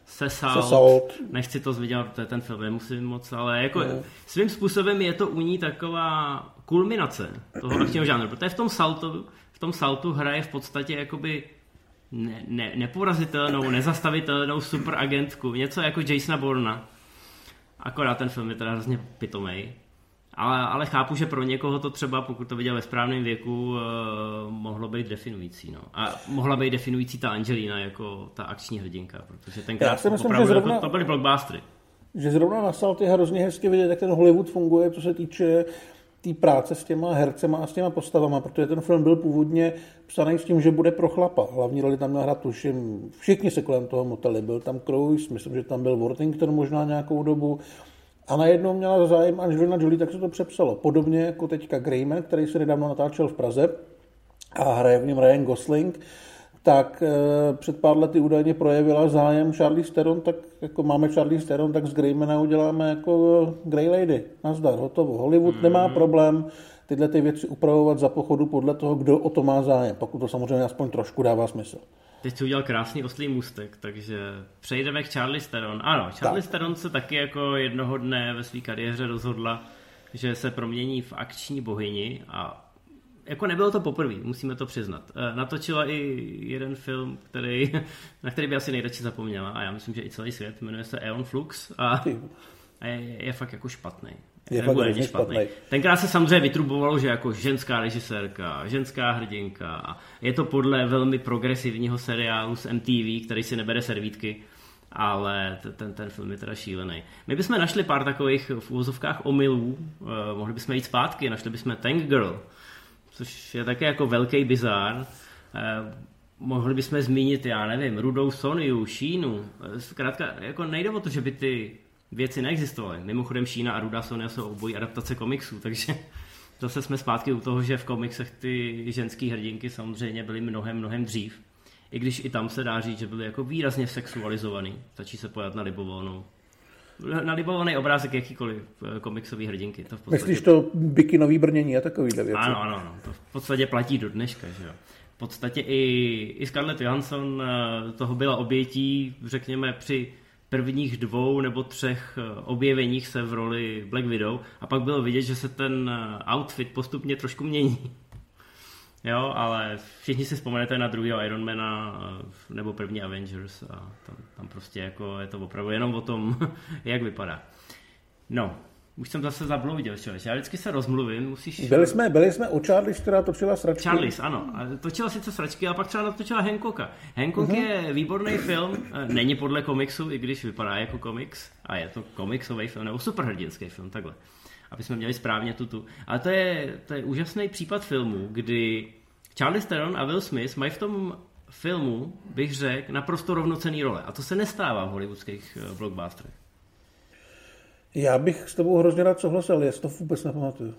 Sesalt. Sesalt. Nechci to zvidělat, to je ten film, nemusím moc, ale jako no. svým způsobem je to u ní taková kulminace toho akčního žánru, protože v tom Saltu, v tom Saltu hraje v podstatě jakoby ne, ne, neporazitelnou, nezastavitelnou superagentku, něco jako Jasona Bourna. Akorát ten film je teda hrozně pitomej. Ale, ale chápu, že pro někoho to třeba, pokud to viděl ve správném věku, eh, mohlo být definující. No. A mohla být definující ta Angelina jako ta akční hrdinka, protože tenkrát myslím, opravdu zrovna, jako, to byly blockbustery. Že zrovna na Salt je hrozně hezky vidět, jak ten Hollywood funguje, co se týče té tý práce s těma hercema a s těma postavama, protože ten film byl původně psaný s tím, že bude pro chlapa. Hlavní roli tam měl hrát, tuším, všichni se kolem toho motali. Byl tam Cruise, myslím, že tam byl Worthington možná nějakou dobu. A najednou měla zájem Angelina Jolie, tak se to přepsalo. Podobně jako teďka Greyman, který se nedávno natáčel v Praze a hraje v něm Ryan Gosling, tak e, před pár lety údajně projevila zájem Charlize Theron, tak jako máme Charlize Theron, tak z Greymana uděláme jako Grey Lady. Nazdar, hotovo. Hollywood mm. nemá problém tyhle ty věci upravovat za pochodu podle toho, kdo o to má zájem, pokud to samozřejmě aspoň trošku dává smysl. Teď si udělal krásný oslý můstek, takže přejdeme k Charlize Theron. Ano, Charlize Theron se taky jako jednoho dne ve své kariéře rozhodla, že se promění v akční bohyni a jako nebylo to poprvé, musíme to přiznat. Natočila i jeden film, který, na který by asi nejradši zapomněla a já myslím, že i celý svět, jmenuje se Aeon Flux a, a je, je fakt jako špatný. Je fakt špatný. špatný. Tenkrát se samozřejmě vytrubovalo, že jako ženská režisérka, ženská hrdinka a je to podle velmi progresivního seriálu z M T V, který si nebere servítky, ale ten, ten film je teda šílený. My bychom našli pár takových v úvozovkách omylů, eh, mohli bychom jít zpátky, našli bychom Tank Girl, což je také jako velký bizár. Eh, mohli bychom zmínit, já nevím, Rudou Sonju, Sheenu. Zkrátka, jako nejde o to, že by ty věci neexistovaly. Mimochodem Sheena a Ruda Sonja jsou obojí adaptace komiksů, takže zase jsme zpátky u toho, že v komiksech ty ženský hrdinky samozřejmě byly mnohem, mnohem dřív. I když i tam se dá říct, že byly jako výrazně sexualizovaný. Stačí se pojat na libovolnou. Na libovolný obrázek jakýkoliv komiksový hrdinky. To v podstatě... Myslíš to bikinový brnění a takovýhle věci? Ano, ano, ano. To v podstatě platí do dneška, že jo. V podstatě i, i Scarlett Johansson toho byla obětí, řekněme, při prvních dvou nebo třech objeveních se v roli Black Widow a pak bylo vidět, že se ten outfit postupně trošku mění. Jo, ale všichni si vzpomenete na druhého Ironmana nebo první Avengers a tam, tam prostě jako je to opravdu jenom o tom, jak vypadá. No, už jsem zase zabloudil, člověče. Já vždycky se rozmluvím, musíš... Byli jsme, byli jsme u Charlize, která točila sračky. Charlize, ano. Točila sice sračky, ale pak třeba natočila Hancocka. Hancock uh-huh. je výborný film, není podle komiksu, i když vypadá jako komiks. A je to komiksový film, nebo superhrdinský film, takhle. Aby jsme měli správně tutu. Ale to je, to je úžasný případ filmu, kdy Charlize Theron a Will Smith mají v tom filmu, bych řekl, naprosto rovnocenný role. A to se nestává v hollywoodských blockbusterech. Já bych s tebou hrozně rád souhlasil, já si to vůbec nepamatuju.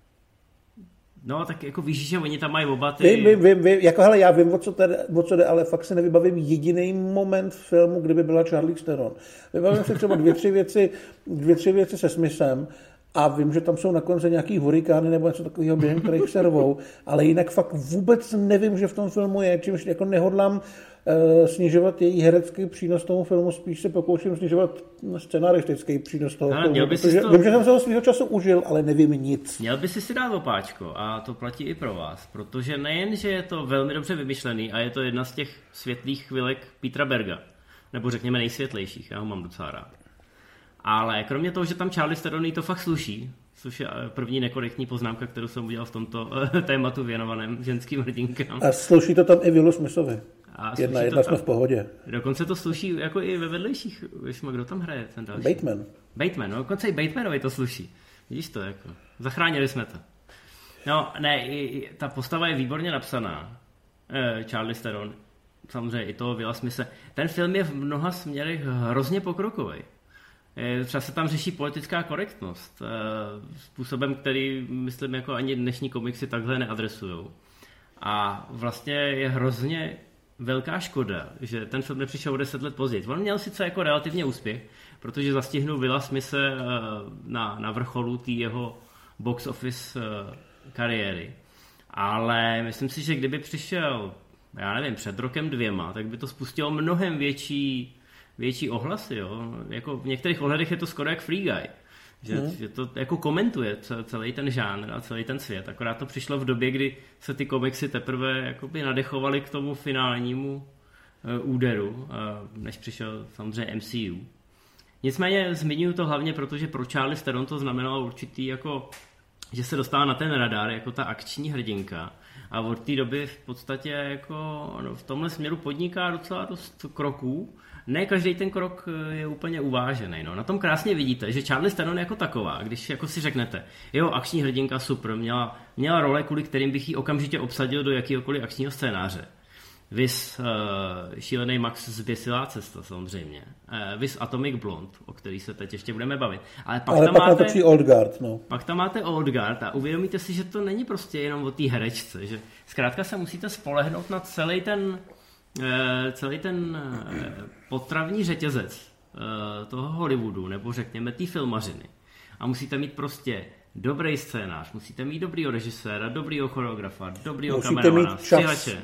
No, tak jako víš, že oni tam mají oba ty... Vím, vím, vím, vím. Jako, hele, já vím, o co, tady, o co jde, ale fakt se nevybavím jediný moment v filmu, kdyby byla Charlize Theron. Vybavím se třeba dvě, tři věci, dvě, tři věci se Smithem a vím, že tam jsou na konci nějaký hurikány nebo něco takového, během kterých se rvou, ale jinak fakt vůbec nevím, že v tom filmu je, čímž jako nehodlám uh, snižovat její herecký přínos tomu filmu, spíš se pokouším snižovat scenaristický přínos toho no, filmu, protože to... vím, že jsem se ho svýho času užil, ale nevím nic. Měl by si si dát opáčko a to platí i pro vás, protože nejen, že je to velmi dobře vymyšlený a je to jedna z těch světlých chvilek Petera Berga, nebo řekněme nejsvětlejších, já ho mám docela rád. Ale kromě toho, že tam Charlize Theron to fakt sluší, což je první nekorektní poznámka, kterou jsem udělal v tomto tématu věnovaném ženským hrdinkám. A sluší to tam i Willu Smithovi. A jedna, jedna jsme v pohodě. Dokonce to sluší jako i ve vedlejších. Víš, kdo tam hraje ten další? Bateman. Bateman, no dokonce i Batemanovi to sluší. Vidíš to, jako. Zachránili jsme to. No, ne, i, ta postava je výborně napsaná. E, Charlize Theron. Samozřejmě i toho Willa Smithe. Ten film je v mnoha směrech hrozně pokrokový. Třeba se tam řeší politická korektnost způsobem, který, myslím, jako ani dnešní komiksy takhle neadresujou. A vlastně je hrozně velká škoda, že ten film nepřišel o deset let později. On měl sice jako relativně úspěch, protože zastihnul Willa Smithe na, na vrcholu té jeho box office kariéry. Ale myslím si, že kdyby přišel, já nevím, před rokem dvěma, tak by to spustilo mnohem větší větší ohlasy, jo. Jako v některých ohledech je to skoro jak Free Guy. Že, hmm. že to jako komentuje celý ten žánr a celý ten svět. Akorát to přišlo v době, kdy se ty komiksy teprve jakoby nadechovaly k tomu finálnímu uh, úderu, uh, než přišel samozřejmě M C U. Nicméně zmiňuji to hlavně, protože pro Charlize Theron to znamenalo určitý jako, že se dostala na ten radar jako ta akční hrdinka a od té doby v podstatě jako no, v tomhle směru podniká docela dost kroků. Ne každý ten krok je úplně uvážený. No. Na tom krásně vidíte, že Charlize Theron jako taková, když jako si řeknete, jeho akční hrdinka super, měla, měla role, kvůli kterým bych ji okamžitě obsadil do jakýhokoliv akčního scénáře. Vis uh, šílený Max zběsilá cesta samozřejmě. Uh, Vis Atomic Blonde, o který se teď ještě budeme bavit. Ale pak Ale tam pak máte natočí Old Guard, no. Pak tam máte Old Guard a uvědomíte si, že to není prostě jenom o té herečce, že zkrátka se musíte spolehnout na celý ten uh, celý ten uh, potravní řetězec uh, toho Hollywoodu, nebo řekněme té filmařiny. A musíte mít prostě dobrý scénář, musíte mít dobrýho režiséra, dobrýho choreografa, dobrýho kameramana, střihače.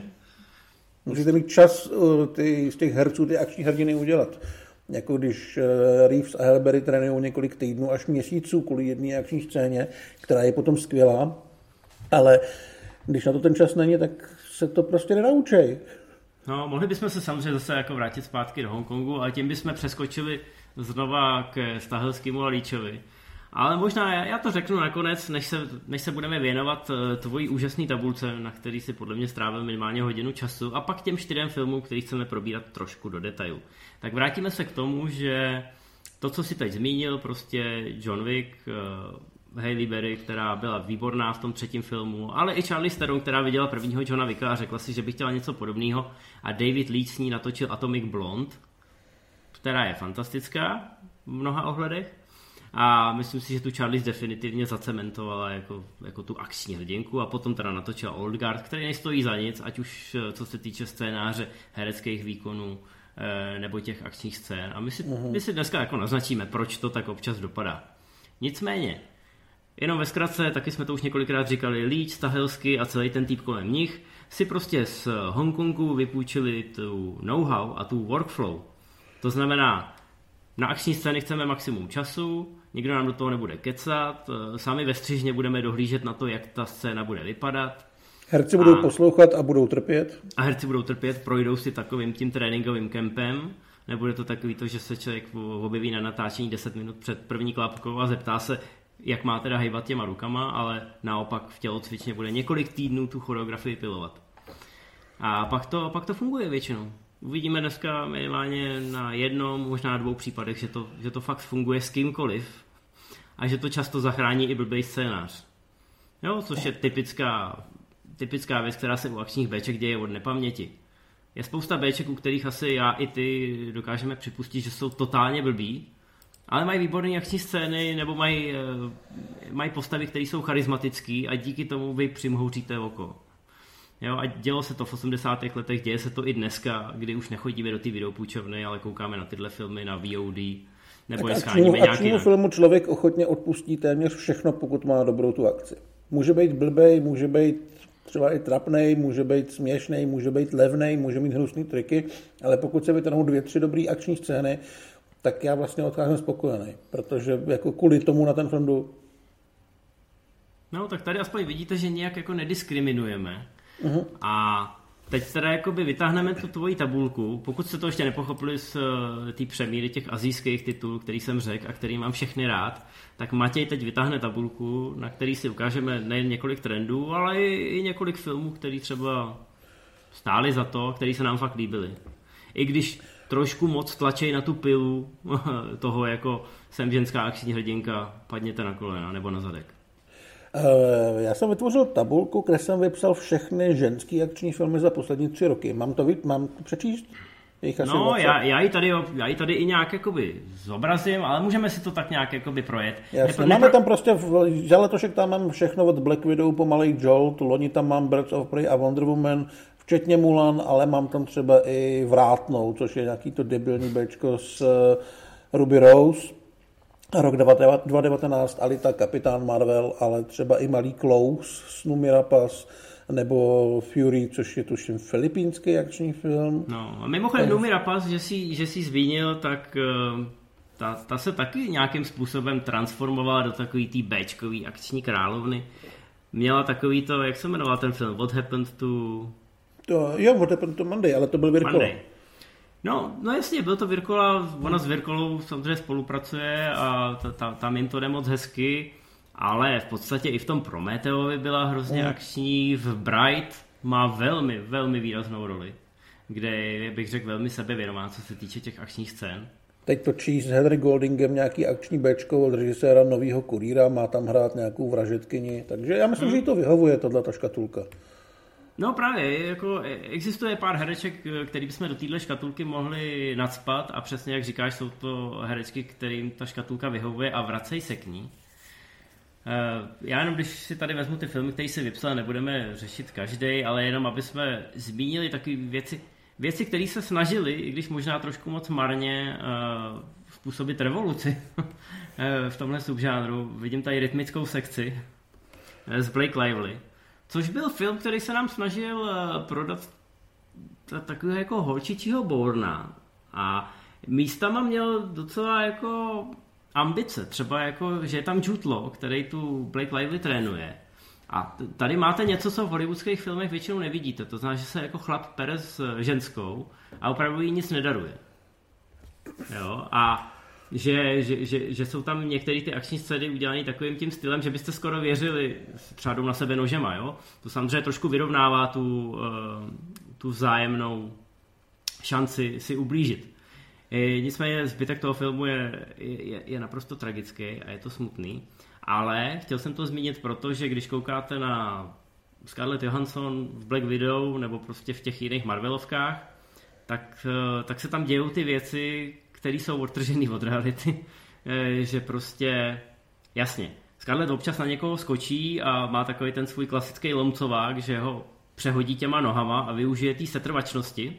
Musíte mít čas ty, z těch herců ty akční hrdiny udělat. Jako když Reeves a Halle Berry trénují několik týdnů až měsíců kvůli jedné akční scéně, která je potom skvělá, ale když na to ten čas není, tak se to prostě nenaučej. No, mohli bychom se samozřejmě zase jako vrátit zpátky do Hongkongu, ale tím bychom přeskočili znova k Stahelskému a Leachovi. Ale možná já, já to řeknu nakonec, než se, než se budeme věnovat tvojí úžasný tabulce, na který si podle mě strávil minimálně hodinu času, a pak těm čtyřem filmům, který chceme probírat trošku do detailu. Tak vrátíme se k tomu, že to, co si teď zmínil, prostě John Wick, uh, Halle Berry, která byla výborná v tom třetím filmu, ale i Charlize Theron, která viděla prvního Johna Wicka a řekla si, že by chtěla něco podobného, a David Leitch s ní natočil Atomic Blonde, která je fantastická v mnoha ohledech. A myslím si, že tu Charlize definitivně zacementovala jako, jako tu akční hrdinku, a potom teda natočila Old Guard, který nestojí za nic, ať už co se týče scénáře, hereckých výkonů nebo těch akčních scén. A my si, mm-hmm. my si dneska jako naznačíme, proč to tak občas dopadá. Nicméně, jenom ve zkratce, taky jsme to už několikrát říkali, Leach, Stahelsky a celý ten týp kolem nich si prostě z Hongkongu vypůjčili tu know-how a tu workflow. To znamená, na akční scény chceme maximum času, nikdo nám do toho nebude kecat, sami ve střižně budeme dohlížet na to, jak ta scéna bude vypadat. Herci budou a, poslouchat a budou trpět. A herci budou trpět, projdou si takovým tím tréninkovým kempem. Nebude to takový to, že se člověk objeví na natáčení deset minut před první klapkou a zeptá se, jak má teda hejbat těma rukama, ale naopak v tělocvičně bude několik týdnů tu choreografii pilovat. A pak to, pak to funguje většinou. Uvidíme dneska minimálně na jednom, možná dvou případech, že to, že to fakt funguje s kýmkoliv a že to často zachrání i blbej scénář. Jo, což je typická, typická věc, která se u akčních béček děje od nepaměti. Je spousta béček, u kterých asi já i ty dokážeme připustit, že jsou totálně blbý, ale mají výborné akční scény nebo mají, mají postavy, které jsou charismatický a díky tomu vy přimhouříte oko. Jo, a dělo se to v osmdesátých letech, děje se to i dneska, kdy už nechodíme do té videopůjčovny, ale koukáme na tyhle filmy na V O D, nebo je scháníme nějaký... Akčnímu filmu člověk ochotně odpustí téměř všechno, pokud má dobrou tu akci. Může být blbej, může být třeba i trapnej, může být směšnej, může být levnej, může mít hnusný triky, ale pokud se vytrhnou dvě, tři dobrý akční scény, tak já vlastně odcházím spokojený, protože jako kvůli tomu na ten film jdu. No, tak tady aspoň vidíte, že nějak jako nediskriminujeme. Uhum. A teď teda jakoby vytáhneme tu tvoji tabulku, pokud jste to ještě nepochopili z té přemíry těch asijských titulů, který jsem řekl a který mám všechny rád, tak Matěj teď vytáhne tabulku, na který si ukážeme nejen několik trendů, ale i, i několik filmů, který třeba stáli za to, který se nám fakt líbily. I když trošku moc tlačej na tu pilu toho, jako jsem ženská akční hrdinka, padněte na kolena nebo na zadek. Já jsem vytvořil tabulku, kde jsem vypsal všechny ženský akční filmy za poslední tři roky. Mám to, mám to přečíst? No, já, já, ji tady, já ji tady i nějak jakoby zobrazím, ale můžeme si to tak nějak jakoby projet. Jasně, máme nepro... tam prostě, za letošek tam mám všechno od Black Widow po malej Jolt, loni tam mám Birds of Prey a Wonder Woman, včetně Mulan, ale mám tam třeba i Vrátnou, což je nějaký to debilní béčko s Ruby Rose. Rok dva tisíce devatenáct, Alita, Kapitán Marvel, ale třeba i Malý Klaus, Snu Mirapas, nebo Fury, což je tuším filipínský akční film. No a mimochodem Noomi Rapace, že si, že si zmínil, tak ta, ta se taky nějakým způsobem transformovala do takový té béčkový akční královny. Měla takový to, jak se jmenoval ten film, What Happened to... To, jo, What Happened to Monday, ale to byl Virkola. No, no jasně, byl to Virkola, ona s Virkolou samozřejmě spolupracuje a ta, ta, tam jim to jde moc hezky, ale v podstatě i v tom Prometeovi byla hrozně mm. akční, v Bright má velmi, velmi výraznou roli, kde bych řekl velmi sebevědomá, co se týče těch akčních scén. Teď točí s Henry Goldingem nějaký akční béčko od režiséra Novýho kurýra, má tam hrát nějakou vražedkyni, takže já myslím, mm. že jí to vyhovuje, tato škatulka. No právě, jako existuje pár hereček, který bychom do téhle škatulky mohli nacpat a přesně jak říkáš, jsou to herečky, kterým ta škatulka vyhovuje a vracej se k ní. Já jenom, když si tady vezmu ty filmy, které si vypsal, nebudeme řešit každý, ale jenom, aby jsme zmínili takové věci, věci, které se snažili, i když možná trošku moc marně, způsobit revoluci v tomhle subžánru. Vidím tady rytmickou sekci s Blake Lively. Což byl film, který se nám snažil prodat takového jako holčičího Bourna. A místama měl docela jako ambice. Třeba jako, že je tam Jude Law, který tu Blake Lively trénuje. A tady máte něco, co v hollywoodských filmech většinou nevidíte. To znamená, že se jako chlap pere s ženskou a opravdu jí nic nedaruje. Jo? A Že, že, že, že jsou tam některé ty akční scény udělané takovým tím stylem, že byste skoro věřili, třeba jdou na sebe nožema, jo? To samozřejmě trošku vyrovnává tu, tu vzájemnou šanci si ublížit. E, nicméně zbytek toho filmu je, je, je naprosto tragický a je to smutný, ale chtěl jsem to zmínit proto, že když koukáte na Scarlett Johansson v Black Widow nebo prostě v těch jiných Marvelovkách, tak, tak se tam dějou ty věci, které jsou odtržený od reality, že prostě, jasně, Scarlett občas na někoho skočí a má takový ten svůj klasický lomcovák, že ho přehodí těma nohama a využije té setrvačnosti,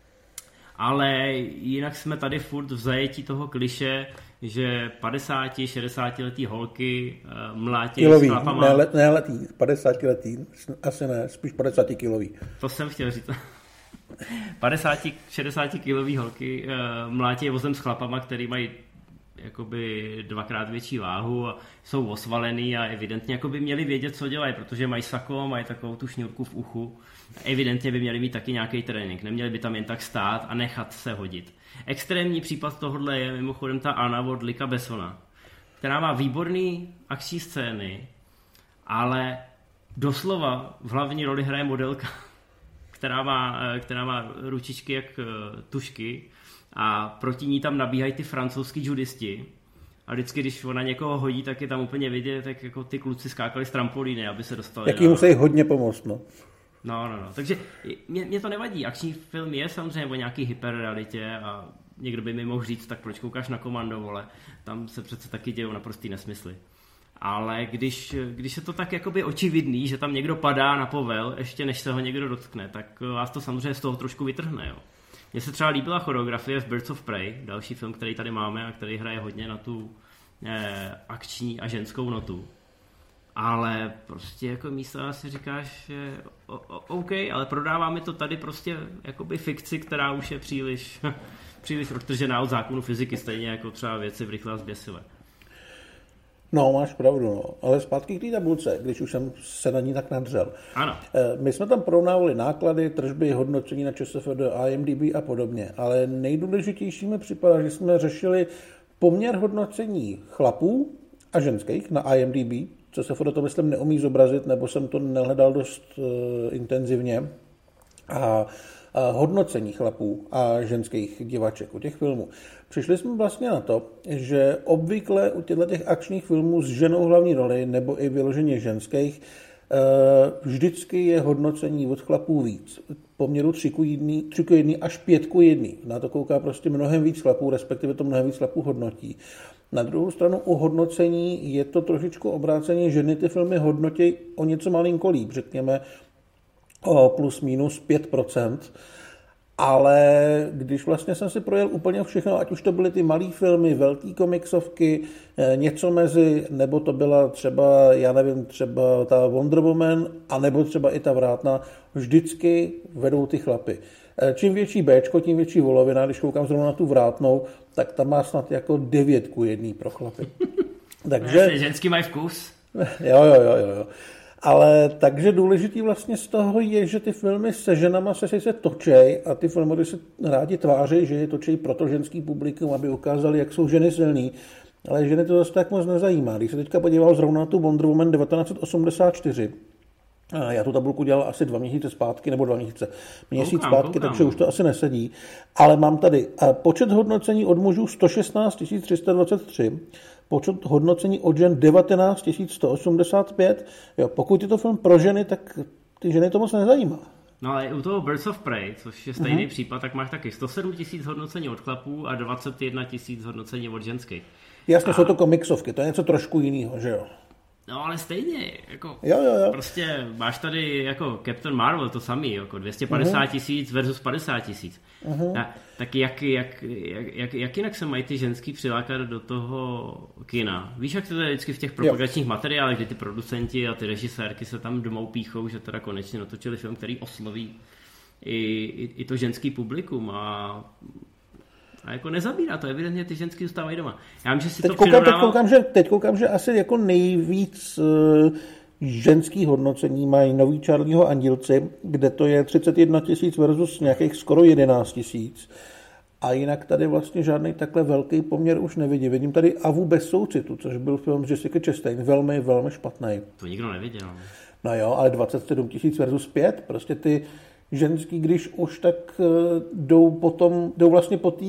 ale jinak jsme tady furt v zajetí toho kliše, že padesáti, šedesátiletý holky mlátí s chlapama. Ne, ne letý, padesátiletý, asi ne, spíš padesátikilový. To jsem chtěl říct. padesát šedesát kilový holky uh, mlátí vozem s chlapama, který mají jakoby dvakrát větší váhu a jsou osvalený a evidentně jakoby měli vědět, co dělají, protože mají sako, mají takovou tu šňůrku v uchu. Evidentně by měli mít taky nějaký trénink, neměli by tam jen tak stát a nechat se hodit. Extrémní případ tohohle je mimochodem ta Anna od Luca Bessona, která má výborný akční scény, ale doslova v hlavní roli hraje modelka, která má, která má ručičky jak tušky a proti ní tam nabíhají ty francouzský judisti a vždycky, když ona někoho hodí, tak je tam úplně vidět, tak jako ty kluci skákali z trampolíny, aby se dostali. Jak jim musí hodně pomoct, no. No, no, no. Takže mě, mě to nevadí. Akční film je samozřejmě o nějaký hyperrealitě a někdo by mi mohl říct, tak proč koukáš na Komando, vole. Tam se přece taky dějou naprostý nesmysly. Ale když, když je to tak jakoby očividný, že tam někdo padá na povel, ještě než se ho někdo dotkne, tak vás to samozřejmě z toho trošku vytrhne. Jo. Mně se třeba líbila choreografie v Birds of Prey, další film, který tady máme a který hraje hodně na tu eh, akční a ženskou notu. Ale prostě jako místo si říkáš, že o, o, OK, ale prodává mi to tady prostě jakoby fikci, která už je příliš, příliš odtržená od zákonu fyziky, stejně jako třeba věci v Rychle a zběsile. No, máš pravdu, no. Ale zpátky k té tabulce, když už jsem se na ní tak nadřel. Ano. My jsme tam porovnávali náklady, tržby, hodnocení na ČSFD, I M D B a podobně, ale nejdůležitější mi připadá, že jsme řešili poměr hodnocení chlapů a ženských na I M D B. ČSFD to myslím neumí zobrazit, nebo jsem to nehledal dost uh, intenzivně. A hodnocení chlapů a ženských divaček u těch filmů. Přišli jsme vlastně na to, že obvykle u těchto těch akčních filmů s ženou hlavní roli nebo i vyloženě ženských vždycky je hodnocení od chlapů víc. Poměru tři ku jedné až pět ku jedné. Na to kouká prostě mnohem víc chlapů, respektive to mnohem víc chlapů hodnotí. Na druhou stranu u hodnocení je to trošičku obráceně, ženy ty filmy hodnotí o něco malinko líp, řekněme o plus minus pět procent. Ale když vlastně jsem si projel úplně všechno, ať už to byly ty malý filmy, velký komiksovky, něco mezi, nebo to byla třeba, já nevím, třeba ta Wonder Woman, anebo třeba i ta Vrátná, vždycky vedou ty chlapy. Čím větší Bčko, tím větší volovina. Když koukám zrovna na tu Vrátnou, tak tam má snad jako devět ku jedný pro chlapy. Takže... Jasně, ženský mají vkus. Jo, jo, jo, jo. Ale takže důležitý vlastně z toho je, že ty filmy se ženama se sice točej a ty filmy se rádi tváří, že je točej pro to ženský publikum, aby ukázali, jak jsou ženy silný, ale ženy to zase tak moc nezajímá. Když se teďka podíval zrovna na tu Wonder Woman devatenáct osmdesát čtyři, a já tu tabulku dělal asi dva měsíce zpátky, nebo dva měsíce, měsíc koukám, zpátky, koukám. Takže už to asi nesedí. Ale mám tady počet hodnocení od mužů sto šestnáct tisíc tři sta dvacet tři, počet hodnocení od žen devatenáct tisíc sto osmdesát pět. Jo, pokud je to film pro ženy, tak ty ženy to moc nezajímá. No ale u toho Birds of Prey, což je stejný uh-huh. případ, tak máš taky sto sedm tisíc hodnocení od chlapů a dvacet jedna tisíc hodnocení od ženských. Jasně, a... jsou to komiksovky, to je něco trošku jiného, že jo? No ale stejně, jako jo, jo, jo. prostě máš tady jako Captain Marvel to samý, jako dvě stě padesát tisíc uh-huh. versus padesát tisíc. Uh-huh. A, tak jak, jak, jak, jak, jak jinak se mají ty ženský přilákat do toho kina? Víš, jak to je vždycky v těch propagačních jo. materiálech, kdy ty producenti a ty režisérky se tam domů píchou, že teda konečně natočili film, který osloví i, i, i to ženský publikum a A jako nezabírá to, evidentně ty ženský zůstávají doma. Já vím, že si teď to koukám, přirovnával... teď, koukám, že, teď koukám, že asi jako nejvíc uh, ženský hodnocení mají nový Charlieho Andílci, kde to je třicet jedna tisíc versus nějakých skoro jedenáct tisíc. A jinak tady vlastně žádný takhle velký poměr už nevidím. Vidím tady Avu bez soucitu, což byl film s Jessica Chastain, velmi, velmi špatný. To nikdo neviděl. No jo, ale dvacet sedm tisíc versus pět, prostě ty ženský, když už tak jdou potom, jdou vlastně po té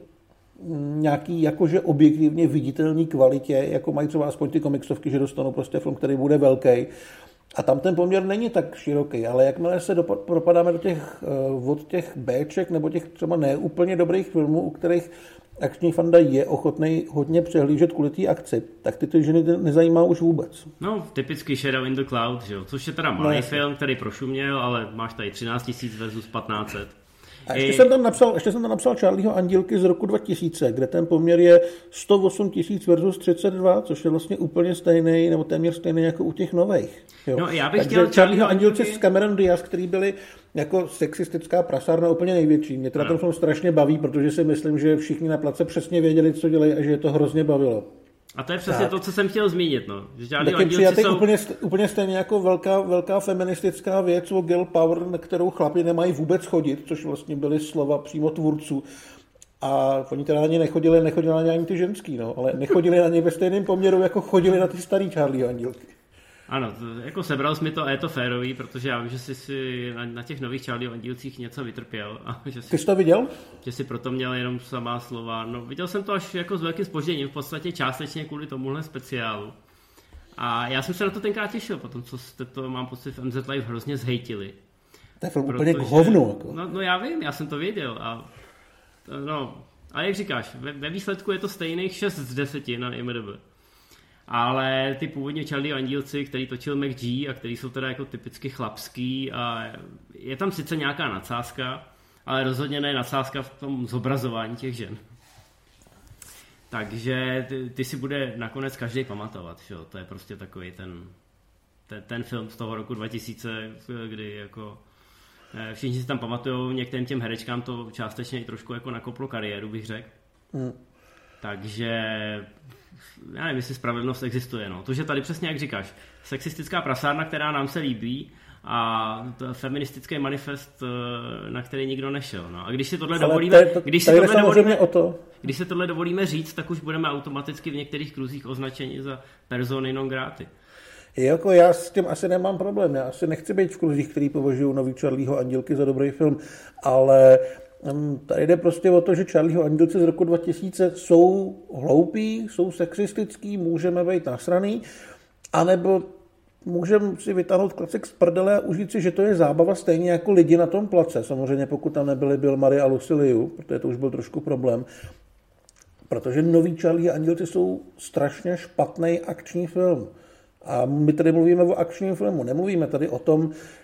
nějaký jakože objektivně viditelný kvalitě, jako mají třeba aspoň ty komiksovky, že dostanou prostě film, který bude velký. A tam ten poměr není tak široký, ale jakmile se dopad, propadáme do těch, od těch Bček nebo těch třeba neúplně dobrých filmů, u kterých akční fanda je ochotný hodně přehlížet kvůli té akci, tak ty ty ženy nezajímá už vůbec. No, typický Shadow in the Cloud, že jo? Což je teda malý no, film, který prošuměl, ale máš tady třináct tisíc versus patnáct set. A ještě, I... jsem tam napsal, ještě jsem tam napsal Charlieho Andílky z roku dva tisíce, kde ten poměr je sto osm tisíc versus třicet dva, což je vlastně úplně stejný, nebo téměř stejný jako u těch nových. Jo. No, já bych Takže chtěl Charlieho Andílci s Cameron Diaz, který byli jako sexistická prasárna úplně největší. Mě teda no. ten film strašně baví, protože si myslím, že všichni na place přesně věděli, co dělají a že je to hrozně bavilo. A to je přesně tak. to, co jsem chtěl zmínit. No. Tak je přijatý jsou... úplně, úplně stejně jako velká, velká feministická věc o girl power, na kterou chlapi nemají vůbec chodit, což vlastně byly slova přímo tvůrců. A oni teda na ně nechodili, nechodili na ně ani ty ženský, no, ale nechodili na ně ve stejném poměru, jako chodili na ty starý Charlieho Andílky. Ano, to, jako sebral jsi mi to a je to férový, protože já vím, že jsi si na, na těch nových Charlieho Andílcích něco vytrpěl. A že jsi, Ty jsi to viděl? Že jsi proto měl jenom samá slova. No, viděl jsem to až jako s velkým zpožděním, v podstatě částečně kvůli tomuhle speciálu. A já jsem se na to tenkrát těšil, potom co jste to, mám pocit, v M Z Live hrozně zhejtili. To je film úplně k hovnu. Jako. No, no já vím, já jsem to věděl. A, no, a jak říkáš, ve, ve výsledku je to stejných šest z deseti na I M D B. Ale ty původně Charlie Andílci, který točil McG a který jsou teda jako typicky chlapský a je tam sice nějaká nadsázka, ale rozhodně ne nadsázka v tom zobrazování těch žen. Takže ty, ty si bude nakonec každý pamatovat, že? To je prostě takový ten, ten, ten film z toho roku dva tisíce, kdy jako všichni si tam pamatujou, některým těm herečkám to částečně i trošku jako nakoplo kariéru, bych řekl. Mm. Takže já nevím, jestli spravedlnost existuje. No. To, že tady přesně jak říkáš, sexistická prasárna, která nám se líbí a to feministický manifest, na který nikdo nešel. No. A když si tohle dovolíme, to, když si tohle dovolíme, o to. když si tohle dovolíme říct, tak už budeme automaticky v některých kruzích označeni za persony non grata. Jako já s tím asi nemám problém. Já asi nechci být v kruzích, který považují nový Charlieho Andílky za dobrý film, ale tady jde prostě o to, že Charlieho Andílci z roku dva tisíce jsou hloupí, jsou sexistický, můžeme být nasraný, anebo můžeme si vytáhnout klacek z prdele a užít si, že to je zábava stejně jako lidi na tom place. Samozřejmě pokud tam nebyli Bill Murray a Lucy Liu, protože to už byl trošku problém. Protože nový Charlie Andílci jsou strašně špatný akční film. A my tady mluvíme o akčním filmu. Nemluvíme tady o tom,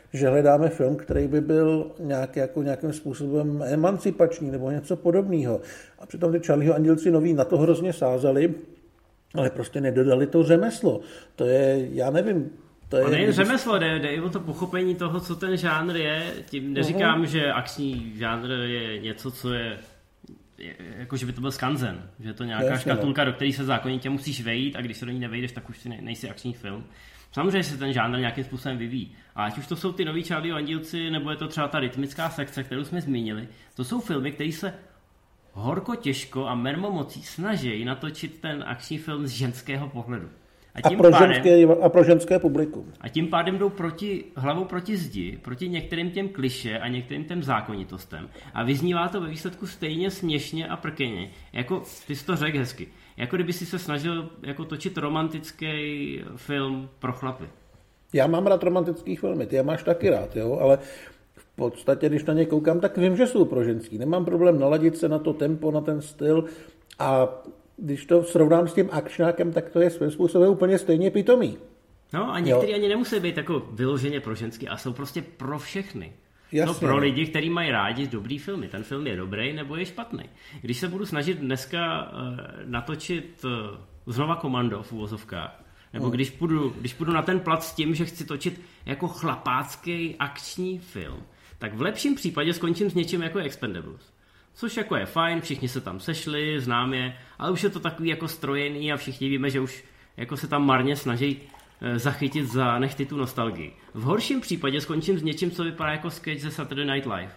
že hledáme film, který by byl nějak, jako nějakým způsobem emancipační nebo něco podobného. A přitom ty Charlieho Andělci noví na to hrozně sázeli, ale prostě nedodali to řemeslo. To je, já nevím, to je... A nejen řemeslo, jde, jde i o to pochopení toho, co ten žánr je. Tím neříkám, uh-huh. že akční žánr je něco, co je, je jako že by to byl skanzen, že je to nějaká Jasně, škatulka, no. do které se zákonitě musíš vejít a když se do ní nevejdeš, tak už si ne, nejsi akční film. Samozřejmě se ten žánr nějakým způsobem vyvíjí. A ať už to jsou ty noví Charlieho Andělci, nebo je to třeba ta rytmická sekce, kterou jsme zmínili, to jsou filmy, které se horko těžko a mermomocí snaží natočit ten akční film z ženského pohledu. A, tím a, pro, pádem, ženské, a pro ženské publikum. A tím pádem jdou proti, hlavou proti zdi, proti některým těm kliše a některým těm zákonitostem. A vyznívá to ve výsledku stejně směšně a prkeně. Jako, ty jsi to řekl hezky. Jako kdyby si se snažil jako točit romantický film pro chlapy. Já mám rád romantický filmy, ty je máš taky rád, jo, ale v podstatě, když na ně koukám, tak vím, že jsou pro ženský. Nemám problém naladit se na to tempo, na ten styl a když to srovnám s tím akčnákem, tak to je svým způsobem úplně stejně pitomý. No a některý jo. ani nemusí být jako vyloženě pro ženský a jsou prostě pro všechny. Jasně. To pro lidi, kteří mají rádi dobrý filmy. Ten film je dobrý nebo je špatný. Když se budu snažit dneska uh, natočit uh, znova Komando v uvozovkách, nebo hmm. když, půjdu, když půjdu na ten plac s tím, že chci točit jako chlapácký akční film, tak v lepším případě skončím s něčím jako Expendables. Což jako je fajn, všichni se tam sešli, znám je, ale už je to takový jako strojený a všichni víme, že už jako se tam marně snaží e, zachytit za nechty tu nostalgii. V horším případě skončím s něčím, co vypadá jako sketch ze Saturday Night Live.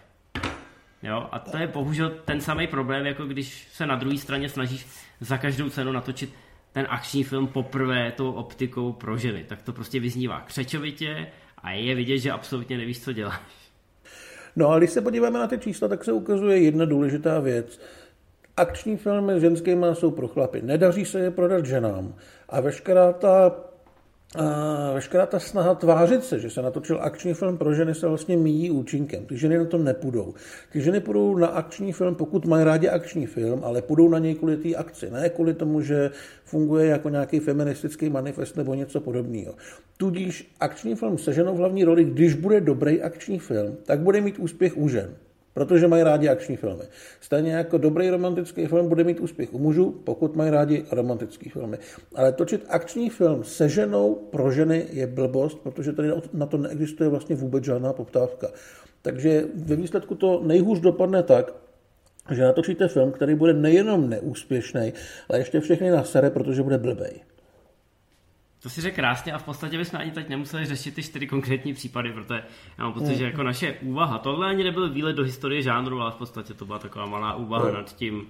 Jo, a to je bohužel ten samý problém, jako když se na druhé straně snažíš za každou cenu natočit ten akční film poprvé tou optikou pro ženy. Tak to prostě vyznívá křečovitě a je vidět, že absolutně nevíš, co děláš. No a když se podíváme na ty čísla, tak se ukazuje jedna důležitá věc. Akční filmy s ženskými jsou pro chlapy. Nedaří se je prodat ženám. A veškerá ta, a veškerá ta snaha tvářit se, že se natočil akční film pro ženy, se vlastně míjí účinkem. Ty ženy na to nepůjdou. Ty ženy půjdou na akční film, pokud mají rádi akční film, ale půjdou na něj kvůli té akci. Ne kvůli tomu, že funguje jako nějaký feministický manifest nebo něco podobného. Tudíž akční film se ženou v hlavní roli, když bude dobrý akční film, tak bude mít úspěch u žen, protože mají rádi akční filmy. Stejně jako dobrý romantický film bude mít úspěch u mužů, pokud mají rádi romantický filmy. Ale točit akční film se ženou pro ženy je blbost, protože tady na to neexistuje vlastně vůbec žádná poptávka. Takže ve výsledku to nejhůř dopadne tak, že natočíte film, který bude nejenom neúspěšný, ale ještě všechny nasere, protože bude blbej. To si řekl krásně a v podstatě bychom ani teď nemuseli řešit ty čtyři konkrétní případy, protože já mám pocit, že jako naše úvaha, tohle ani nebyl výlet do historie žánru, ale v podstatě to byla taková malá úvaha no. nad tím,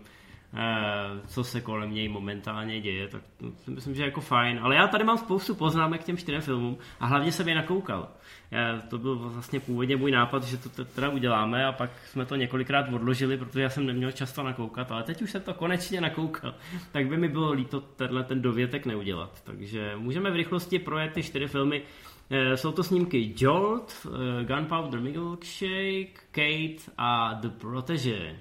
co se kolem něj momentálně děje, tak si myslím, že je jako fajn. Ale já tady mám spoustu poznámek k těm čtyřem filmům a hlavně jsem je nakoukal. Já, to byl vlastně původně můj nápad, že to teda uděláme a pak jsme to několikrát odložili, protože já jsem neměl čas to nakoukat, ale teď už jsem to konečně nakoukal. Tak by mi bylo líto tenhle ten dovětek neudělat. Takže můžeme v rychlosti projet ty čtyři filmy. Jsou to snímky Jolt, Gunpowder Milkshake, Kate a The Protege.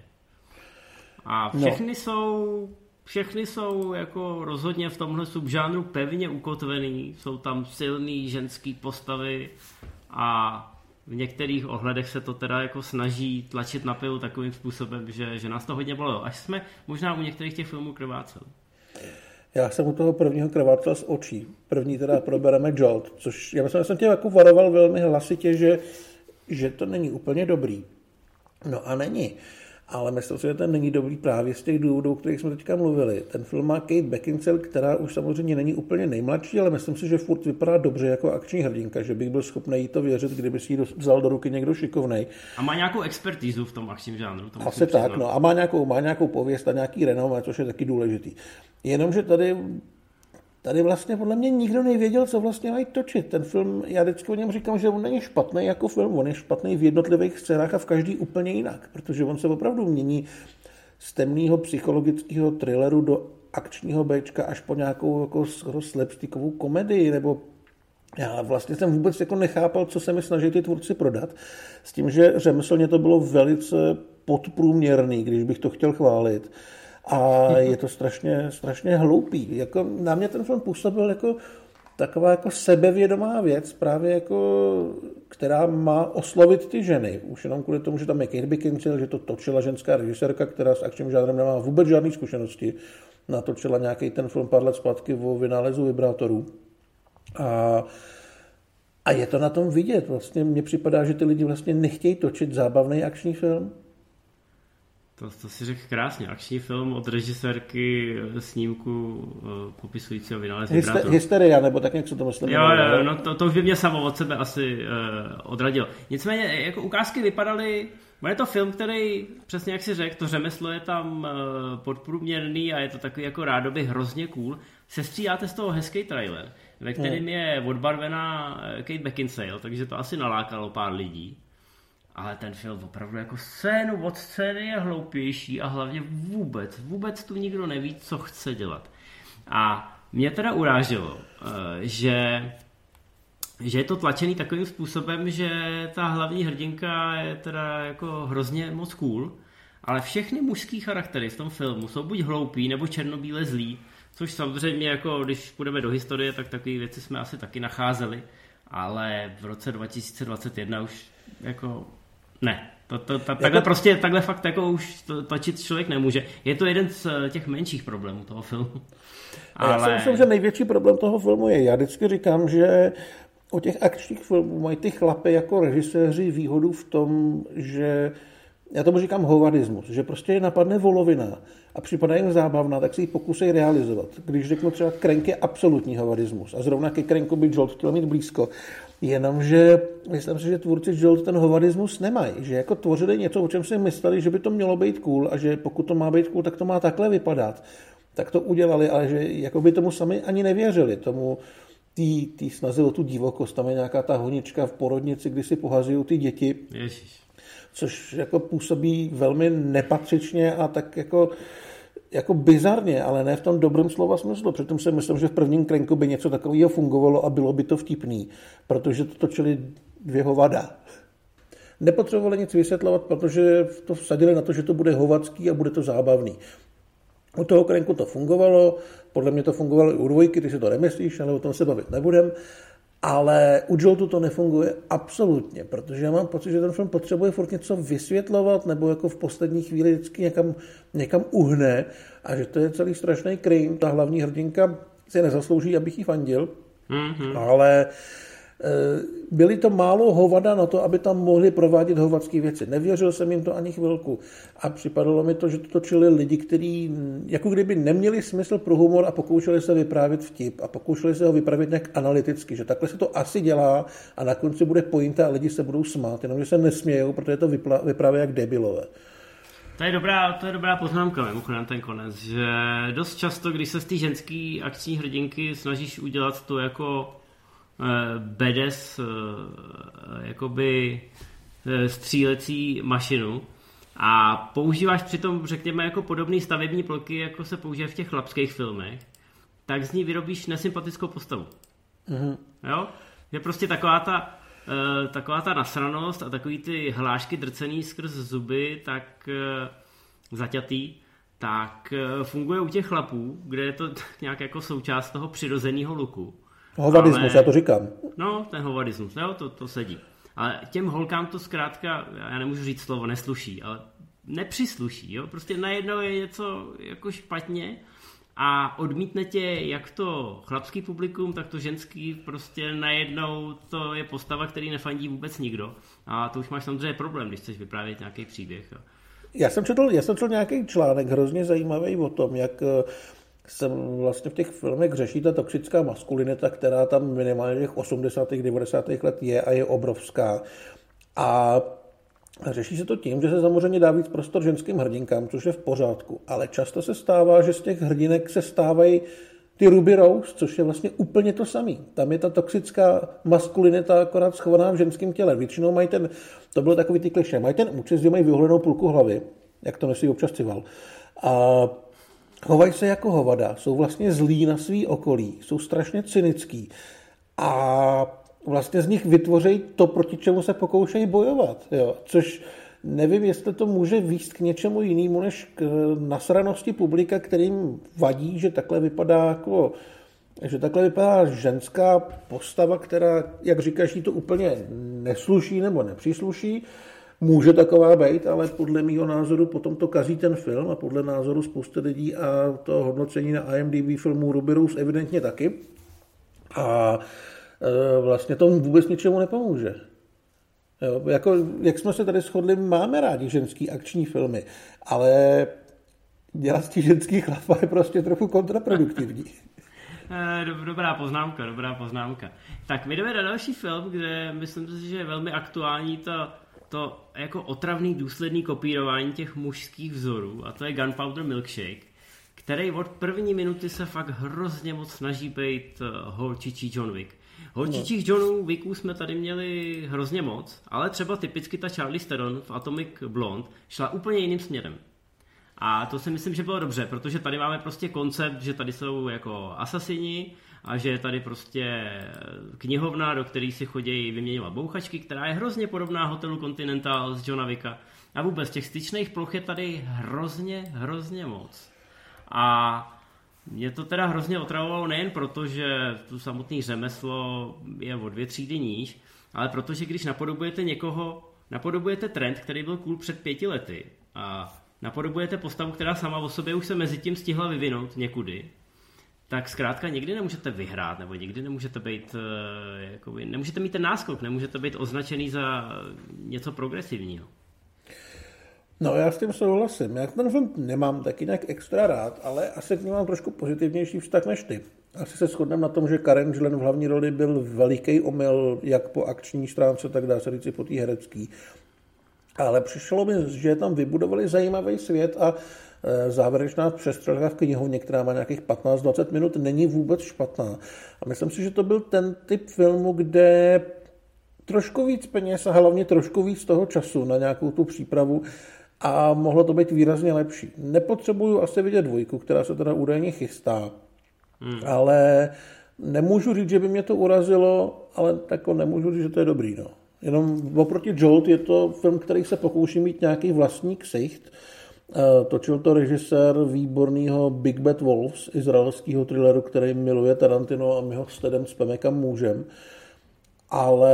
A všechny no. jsou všechny jsou jako rozhodně v tomhle subžánru pevně ukotvený, jsou tam silný ženský postavy a v některých ohledech se to teda jako snaží tlačit na pilu takovým způsobem, že, že nás to hodně bolelo. Až jsme možná u některých těch filmů krváceli. Já jsem u toho prvního krvácel z očí. První teda probereme Jolt, což já jsem, jsem tě jako varoval velmi hlasitě, že, že to není úplně dobrý. No a není. Ale myslím si, že ten není dobrý právě z těch důvodů, o kterých jsme teďka mluvili. Ten film má Kate Beckinsale, která už samozřejmě není úplně nejmladší, ale myslím si, že furt vypadá dobře jako akční hrdinka, že bych byl schopný jí to věřit, kdyby si ji vzal do ruky někdo šikovnej. A má nějakou expertízu v tom akčním žánru. To asi tak, no. A má nějakou, má nějakou pověst a nějaký renomé, což je taky důležitý. Jenomže tady Tady vlastně podle mě nikdo nevěděl, co vlastně mají točit. Ten film, já vždycky o něm říkám, že on není špatný jako film, on je špatný v jednotlivých scénách a v každý úplně jinak, protože on se opravdu mění z temného psychologického thrilleru do akčního béčka až po nějakou jako slapstickovou komedii, nebo já vlastně jsem vůbec jako nechápal, co se mi snaží ty tvůrci prodat, s tím, že řemeslně to bylo velice podprůměrný, když bych to chtěl chválit. A je to strašně, strašně hloupý. Jako, na mě ten film působil jako taková jako sebevědomá věc, právě jako, která má oslovit ty ženy. Už jenom kvůli tomu, že tam je Kate Beckinsale, že to točila ženská režisérka, která s akčním žánrem nemá vůbec žádné zkušenosti. Natočila nějaký ten film pár let zpátky o vynálezu vibrátorů. A, a je to na tom vidět. Vlastně mně připadá, že ty lidi vlastně nechtějí točit zábavný akční film. To, to si řekl krásně. Akční film od režisérky snímku uh, popisujícího vynález vibrátoru. Hysteria, nebo tak, jak se to myslím. Jo, jo, no to, to už by mě samo od sebe asi uh, odradilo. Nicméně, jako ukázky vypadaly, je to film, který, přesně jak si řekl, to řemeslo je tam uh, podprůměrný a je to takový jako rádoby hrozně cool. Sestřídáte z toho hezký trailer, ve kterém je odbarvená Kate Beckinsale, takže to asi nalákalo pár lidí. Ale ten film opravdu jako scénu od scény je hloupější a hlavně vůbec, vůbec tu nikdo neví, co chce dělat. A mě teda uráželo, že, že je to tlačený takovým způsobem, že ta hlavní hrdinka je teda jako hrozně moc cool, ale všechny mužský charaktery v tom filmu jsou buď hloupí nebo černobíle zlí, což samozřejmě jako když půjdeme do historie, tak takové věci jsme asi taky nacházeli, ale v roce dva tisíce dvacet jedna už jako ne, to, to, to, takhle jako... prostě, takhle fakt jako už to, točit člověk nemůže. Je to jeden z těch menších problémů toho filmu. Ale... Já si myslím, že největší problém toho filmu je, já vždycky říkám, že o těch akčních filmů mají ty chlapy jako režiséři výhodu v tom, že já tomu říkám hovadismus, že prostě je napadne volovina a připadá jim zábavná, tak si ji pokusej realizovat. Když řeknu třeba Crank je absolutní hovadismus a zrovna ke Cranku by Jolt chtěl mít blízko, jenomže myslím si, že tvůrci Jolt ten hovadismus nemají, že jako tvořili něco, o čem si mysleli, že by to mělo být cool a že pokud to má být cool, tak to má takhle vypadat. Tak to udělali, ale že jako by tomu sami ani nevěřili, tomu tý, tý snaze o tu divokost, tam je nějaká ta honička v porodnici, kdy si pohazují ty děti. Ježiš. Což jako působí velmi nepatřičně a tak jako, jako bizarně, ale ne v tom dobrém slova smyslu. Přitom si myslím, že v prvním Cranku by něco takového fungovalo a bylo by to vtipný, protože to točili dvě hovada. Nepotřebovali nic vysvětlovat, protože to vsadili na to, že to bude hovacký a bude to zábavný. U toho Cranku to fungovalo, podle mě to fungovalo i u dvojky, ty si to nemyslíš, ale o tom se bavit nebudem. Ale u Joltu to nefunguje absolutně, protože já mám pocit, že ten film potřebuje furt něco vysvětlovat nebo jako v poslední chvíli vždycky někam, někam uhne a že to je celý strašný crime. Ta hlavní hrdinka si nezaslouží, abych jí fandil, mm-hmm. ale byly to málo hovada na to, aby tam mohli provádět hovadské věci. Nevěřil jsem jim to ani chvilku. A připadalo mi to, že to točili lidi, kteří jako kdyby neměli smysl pro humor a pokoušeli se vyprávět vtip a pokoušeli se ho vyprávět nějak analyticky, že takhle se to asi dělá a na konci bude pointa a lidi se budou smát, jenomže se nesmějou, protože to vypráví jak debilové. To je dobrá, to je dobrá poznámka, mimochodem ten konec, že dost často, když se z té ženský akční hrdinky snažíš udělat to jako badass jakoby střílecí mašinu a používáš přitom, řekněme, jako podobný stavební bloky, jako se používá v těch chlapských filmech, tak z ní vyrobíš nesympatickou postavu. Mm-hmm. Jo? Je prostě taková ta, taková ta nasranost a takový ty hlášky drcený skrz zuby, tak zaťatý, tak funguje u těch chlapů, kde je to nějak jako součást toho přirozeného luku. Hovadismus, ale, já to říkám. No, ten hovadismus, jo, to, to sedí. Ale těm holkám to zkrátka, já nemůžu říct slovo nesluší, ale nepřisluší, jo. Prostě najednou je něco jako špatně a odmítne tě jak to chlapský publikum, tak to ženský, prostě najednou to je postava, který nefandí vůbec nikdo. A to už máš samozřejmě problém, když chceš vyprávět nějaký příběh. Jo. Já jsem četl, já jsem četl nějaký článek hrozně zajímavý o tom, jak se vlastně v těch filmech řeší ta toxická maskulinita, která tam minimálně těch osmdesátých devadesátých let je a je obrovská. A řeší se to tím, že se samozřejmě dá víc prostor ženským hrdinkám, což je v pořádku. Ale často se stává, že z těch hrdinek se stávají ty Ruby Rose, což je vlastně úplně to samý. Tam je ta toxická maskulinita akorát schovaná v ženském těle. Většinou mají ten, to bylo takový ty klišé, mají ten účes, že mají vyholenou půlku hlavy, jak to nosí občas Cival. A chovají se jako hovada, jsou vlastně zlí na svý okolí, jsou strašně cynický a vlastně z nich vytvoří to, proti čemu se pokoušejí bojovat. Jo. Což nevím, jestli to může vést k něčemu jinému, než k nasranosti publika, kterým vadí, že takhle vypadá jako že takhle vypadá ženská postava, která, jak říkáš, jí to úplně nesluší nebo nepřísluší. Může taková být, ale podle mýho názoru potom to kazí ten film a podle názoru spousty lidí a to hodnocení na I M D B filmu Ruby Rose evidentně taky. A e, vlastně to vůbec ničemu nepomůže. Jo, jako, jak jsme se tady shodli, máme rádi ženský akční filmy, ale dělat z těch ženských chlapů je prostě trochu kontraproduktivní. Dobrá poznámka, dobrá poznámka. Tak my jdeme na další film, kde myslím si, že je velmi aktuální to, to jako otravný důsledný kopírování těch mužských vzorů, a to je Gunpowder Milkshake, který od první minuty se fakt hrozně moc snaží být holčičí John Wick. Holčičích Johnů Wicků jsme tady měli hrozně moc, ale třeba typicky ta Charlize Theron v Atomic Blonde šla úplně jiným směrem. A to si myslím, že bylo dobře, protože tady máme prostě koncept, že tady jsou jako asasini a že je tady prostě knihovna, do který si chodí vyměňovat bouchačky, která je hrozně podobná hotelu Continental z Johna Wicka. A vůbec těch styčných ploch je tady hrozně, hrozně moc. A mě to teda hrozně otravovalo nejen proto, že tu samotný řemeslo je o dvě třídy níž, ale protože když napodobujete někoho, napodobujete trend, který byl cool před pěti lety a napodobujete postavu, která sama o sobě už se mezi tím stihla vyvinout někudy, tak zkrátka nikdy nemůžete vyhrát, nebo nikdy nemůžete být, jakoby, nemůžete mít ten náskok, nemůžete být označený za něco progresivního. No, já s tím souhlasím. Já ten film nemám taky nějak extra rád, ale asi k němu mám trošku pozitivnější vztah než ty. Asi se shodneme na tom, že Karen Gillan v hlavní roli byl veliký omyl, jak po akční stránce, tak dá se říct i po té herecký. Ale přišlo mi, že tam vybudovali zajímavý svět a závěrečná přestřelka v knihovně, která má nějakých patnáct dvacet minut, není vůbec špatná. A myslím si, že to byl ten typ filmu, kde trošku víc peněz a hlavně trošku víc toho času na nějakou tu přípravu a mohlo to být výrazně lepší. Nepotřebuju asi vidět dvojku, která se teda údajně chystá, hmm. ale nemůžu říct, že by mě to urazilo, ale tako nemůžu říct, že to je dobrý. No. Jenom oproti Jolt je to film, který se pokouší mít nějaký vlastní ksicht. Točil to režisér výborného Big Bad Wolves, izraelského thrilleru, který miluje Tarantino a my ho sledem s Pemekam můžem. Ale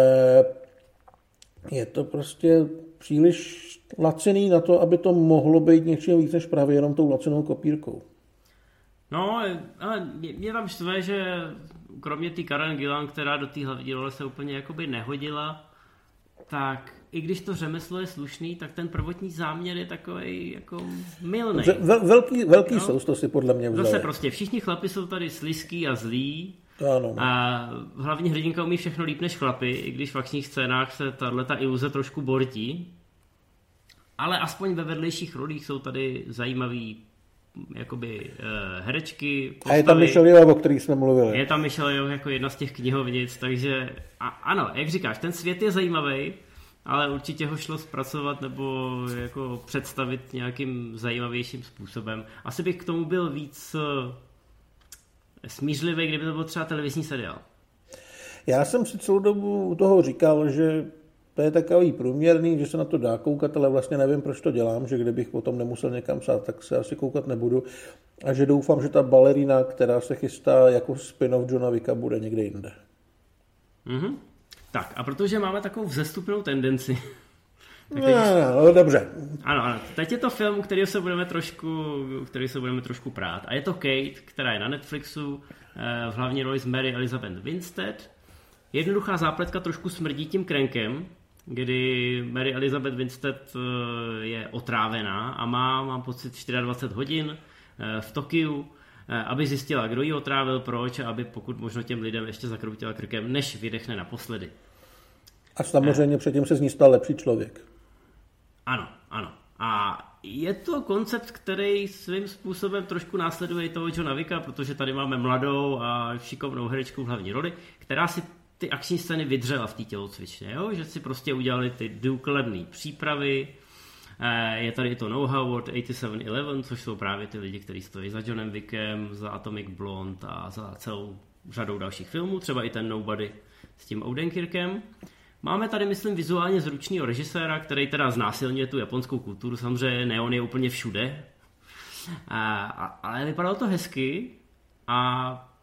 je to prostě příliš laciný na to, aby to mohlo být něčím víc než právě jenom tou lacinou kopírkou. No, ale mě tam štve, že kromě té Karen Gillan, která do té hlavní role se úplně jakoby nehodila, tak i když to řemeslo je slušný, tak ten prvotní záměr je takovej jako mylnej. Vel, velký velký no? Sous to si podle mě vzali. Zase prostě všichni chlapi jsou tady slizký a zlí. Ano. A hlavní hrdinka umí všechno líp než chlapi, i když v akčních scénách se tato iluze trošku bortí. Ale aspoň ve vedlejších rolích jsou tady zajímavý jakoby herečky, postavy. A je tam Michelle Yeoh, o který jsme mluvili. Je tam Michelle Yeoh jako jedna z těch knihovnic, takže a, ano, jak říkáš, ten svět je zajímavý, ale určitě ho šlo zpracovat nebo jako představit nějakým zajímavějším způsobem. Asi bych k tomu byl víc smířlivý, kdyby to byl třeba televizní seriál. Já jsem si celou dobu toho říkal, že to je takový průměrný, že se na to dá koukat, ale vlastně nevím, proč to dělám, že kdybych potom nemusel někam psát, tak se asi koukat nebudu. A že doufám, že ta balerína, která se chystá jako spin-off Johna Wicka, bude někde jinde. Mm-hmm. Tak a protože máme takovou vzestupnou tendenci. tak teď... No, no, dobře. Ano, ano. Teď je to film, který se budeme trošku, který se budeme trošku prát. A je to Kate, která je na Netflixu, v hlavní roli s Mary Elizabeth Winstead. Jednoduchá zápletka trošku smrdí tím krenkem, kdy Mary Elizabeth Winstead je otrávená a má, mám pocit, dvacet čtyři hodin v Tokiu, aby zjistila, kdo ji otrávil, proč a aby pokud možno těm lidem ještě zakroutila krkem, než vydechne naposledy. A samozřejmě předtím se z ní stal lepší člověk. Ano, ano. A je to koncept, který svým způsobem trošku následuje toho Johna Wicka, protože tady máme mladou a šikovnou herečku v hlavní roli, která si ty akční scény vydřela v té tělocvičně, jo? Že si prostě udělali ty důkladné přípravy. Je tady i to know-how od osmdesát sedm jedenáct, což jsou právě ty lidi, kteří stojí za Johnem Wickem, za Atomic Blonde a za celou řadou dalších filmů, třeba i ten Nobody s tím Odenkirkem. Máme tady, myslím, vizuálně zručného režiséra, který teda znásilňuje tu japonskou kulturu, samozřejmě neon je úplně všude, a, a, ale vypadalo to hezky a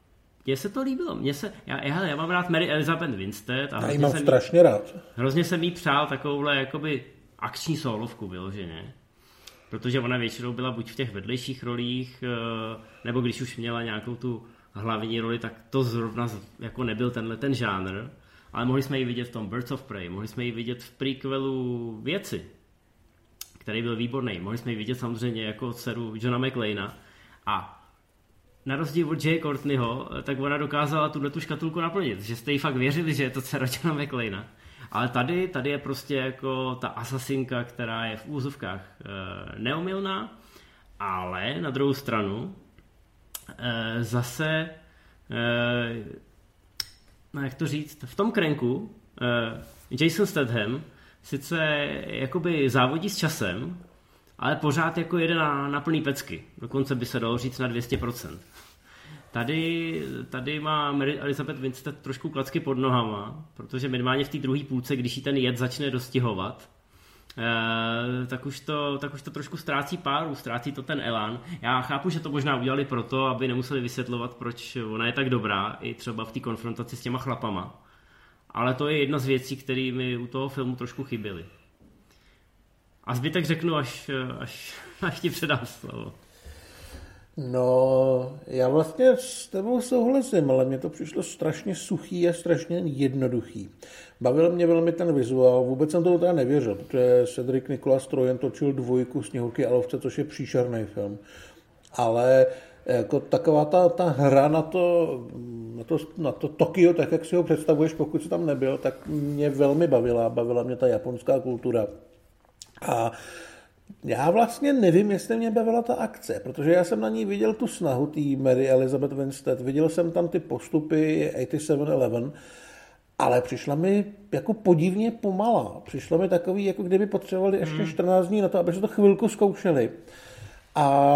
mně se to líbilo. Mně se, já, já, já mám rád Mary Elizabeth Winstead. A já ji mám strašně jí, rád. Hrozně jsem jí přál takovouhle jakoby akční solovku vyloženě. Protože ona většinou byla buď v těch vedlejších rolích, nebo když už měla nějakou tu hlavní roli, tak to zrovna jako nebyl tenhle ten žánr. Ale mohli jsme ji vidět v tom Birds of Prey, mohli jsme ji vidět v prequelu Věci, který byl výborný. Mohli jsme ji vidět samozřejmě jako dceru Johna McClaina. A na rozdíl od Jay Courtneyho, tak ona dokázala tuhle tu škatulku naplnit. Že jste jí fakt věřili, že je to dcera Johna McClaina. Ale tady, tady je prostě jako ta asasinka, která je v úzovkách e, neomylná, ale na druhou stranu e, zase, e, no jak to říct, v tom Cranku e, Jason Statham sice jakoby závodí s časem, ale pořád jako jede na, na plný pecky. Dokonce by se dalo říct na dvě stě procent. Tady, tady má Mary Elizabeth Winstead trošku klacky pod nohama, protože minimálně v té druhé půlce, když jí ten jed začne dostihovat, eh, tak, už to, tak už to trošku ztrácí páru, ztrácí to ten elán. Já chápu, že to možná udělali proto, aby nemuseli vysvětlovat, proč ona je tak dobrá, i třeba v té konfrontaci s těma chlapama. Ale to je jedna z věcí, které mi u toho filmu trošku chyběly. A zbytek řeknu, až, až, až ti předám slovo. No, já vlastně s tebou souhlasím, ale mně to přišlo strašně suchý a strašně jednoduchý. Bavil mě velmi ten vizuál, vůbec jsem tomu teda nevěřil, protože Cedric Nicolas Trojan točil dvojku Sněhurky a lovce, což je příšerný film. Ale jako taková ta, ta hra na to, na, to, na to Tokio, tak jak si ho představuješ, pokud jsi tam nebyl, tak mě velmi bavila, bavila mě ta japonská kultura. A já vlastně nevím, jestli mě bavila ta akce, protože já jsem na ní viděl tu snahu té Mary Elizabeth Winstead, viděl jsem tam ty postupy osmdesát sedm jedenáct, ale přišla mi jako podivně pomalá. Přišla mi takový, jako kdyby potřebovali ještě hmm. čtrnáct dní na to, aby se to chvilku zkoušeli. A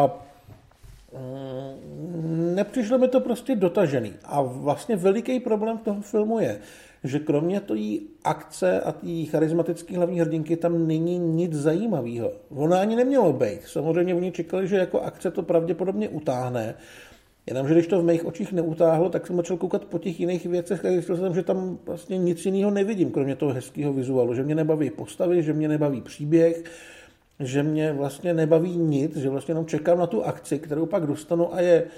mm, nepřišlo mi to prostě dotažený. A vlastně veliký problém toho filmu je, že kromě tý akce a té charismatické hlavní hrdinky tam není nic zajímavého. Ona ani nemělo být. Samozřejmě oni čekali, že jako akce to pravděpodobně utáhne. Jenomže když to v mých očích neutáhlo, tak jsem začal koukat po těch jiných věcech a zjistil jsem, že tam vlastně nic jiného nevidím, kromě toho hezkého vizuálu. Že mě nebaví postavy, že mě nebaví příběh, že mě vlastně nebaví nic, že vlastně jenom čekám na tu akci, kterou pak dostanu a je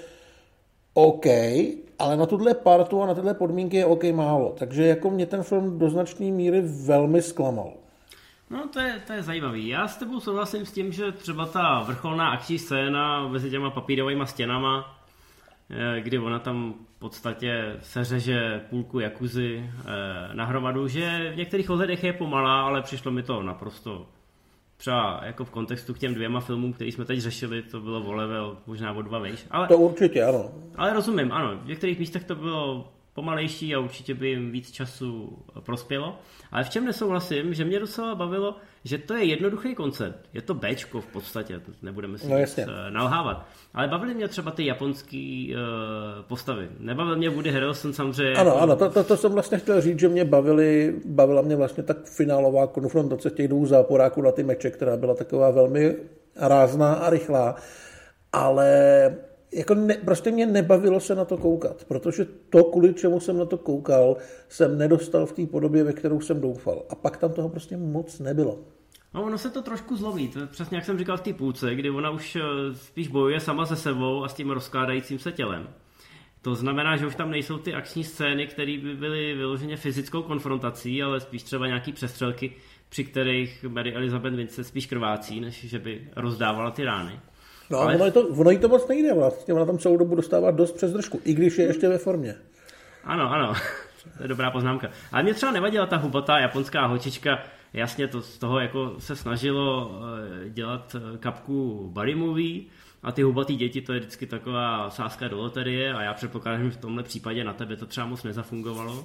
OK, ale na tuhle partu a na tyhle podmínky je OK málo. Takže jako mě ten film do značné míry velmi zklamal. No to je, to je zajímavý. Já s tebou souhlasím s tím, že třeba ta vrcholná akční scéna mezi těma papírovými stěnama, kdy ona tam v podstatě seřeže půlku jakuzy na hromadu, že v některých ohledech je pomalá, ale přišlo mi to naprosto třeba jako v kontextu k těm dvěma filmům, který jsme teď řešili, to bylo o level možná o dva vejš. Ale, to určitě, ano. Ale rozumím, ano, v některých místech to bylo pomalejší a určitě by jim víc času prospělo. Ale v čem nesouhlasím, že mě docela bavilo, že to je jednoduchý koncept. Je to béčko v podstatě, nebudeme si no, nalhávat. Ale bavily mě třeba ty japonský uh, postavy. Nebavil mě Woody Harrelson samozřejmě. Ano, jako... ano, to, to, to jsem vlastně chtěl říct, že mě bavili, bavila mě vlastně tak finálová konfrontace těch dvou záporáků na ty meče, která byla taková velmi rázná a rychlá. Ale jako ne, prostě mě nebavilo se na to koukat, protože to, kvůli čemu jsem na to koukal, jsem nedostal v té podobě, ve kterou jsem doufal. A pak tam toho prostě moc nebylo. No, ono se to trošku zlomí, to je přesně jak jsem říkal v té půlce, kdy ona už spíš bojuje sama se sebou a s tím rozkládajícím se tělem. To znamená, že už tam nejsou ty akční scény, které by byly vyloženě fyzickou konfrontací, ale spíš třeba nějaký přestřelky, při kterých Mary Elizabeth Winstead spíš krvácí, než že by rozdávala ty rány. No ale ono, je to, ono jí to moc nejde vlastně, ona tam celou dobu dostává dost přes držku, i když je ještě ve formě. Ano, ano, to je dobrá poznámka. Ale mě třeba nevadila ta hubatá japonská holčička, jasně to z toho jako se snažilo dělat kapku buddy movie a ty hubatý děti, to je vždycky taková sázka do loterie a já předpokládám, že v tomhle případě na tebe to třeba moc nezafungovalo.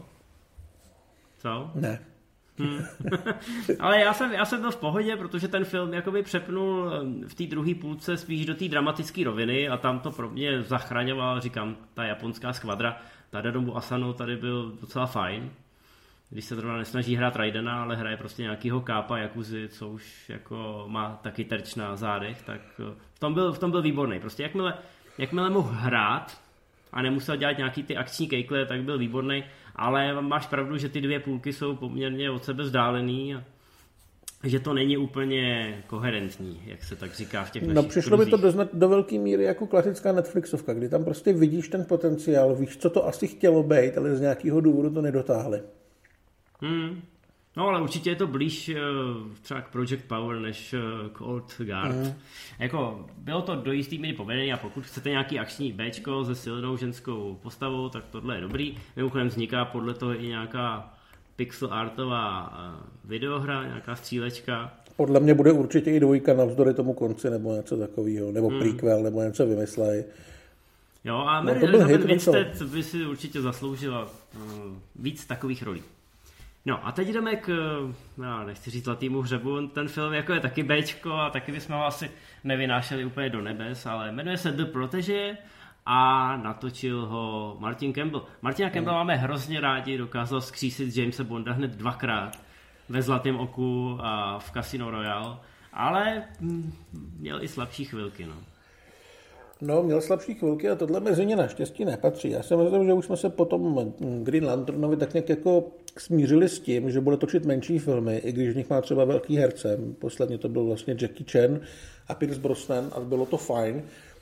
Co? Ne. Hmm. Ale já jsem, já jsem byl v pohodě, protože ten film jakoby přepnul v té druhé půlce spíš do té dramatické roviny a tam to pro mě zachraňoval, říkám, ta japonská skvadra. Tadadomu Asano tady byl docela fajn, když se zrovna nesnaží hrát Raidena, ale hraje prostě nějakýho kápa Jakuzy, co už jako má taky terč na zádech, tak v tom byl, v tom byl výborný. Prostě jakmile, jakmile mohl hrát a nemusel dělat nějaký ty akční kejkle, tak byl výborný, ale máš pravdu, že ty dvě půlky jsou poměrně od sebe vzdálený a že to není úplně koherentní, jak se tak říká v těch našich No přišlo by to do, do velké míry jako klasická Netflixovka, kdy tam prostě vidíš ten potenciál, víš, co to asi chtělo být, ale z nějakého důvodu to nedotáhli. Hmm. No ale určitě je to blíž třeba k Project Power než k Old Guard. Mm. Jako, bylo to do jistý míry povedený a pokud chcete nějaký akční béčko se silnou ženskou postavou, tak tohle je dobrý. Mimochodem vzniká podle toho i nějaká pixel artová videohra, nějaká střílečka. Podle mě bude určitě i dvojka navzdory tomu konci nebo něco takového, nebo mm. prequel, nebo něco vymyslej. Jo a Mary no, Elizabeth Winstead by si určitě zasloužila uh, víc takových rolí. No a teď jdeme k, no, nechci říct Zlatýmu hřebu, ten film jako je taky béčko a taky bychom ho asi nevynášeli úplně do nebes, ale jmenuje se The Protege a natočil ho Martin Campbell. Martina Campbella máme hrozně rádi, dokázal zkřísit Jamesa Bonda hned dvakrát ve Zlatém oku a v Casino Royale, ale hm, měl i slabší chvilky, no. No, měl slabší chvilky a tohle mezi ně naštěstí nepatří. Já si myslím, že už jsme se potom Green Lanternovi tak nějak jako smířili s tím, že bude točit menší filmy, i když v nich má třeba velký herce. Posledně to byl vlastně Jackie Chan a Pierce Brosnan a bylo to fajn.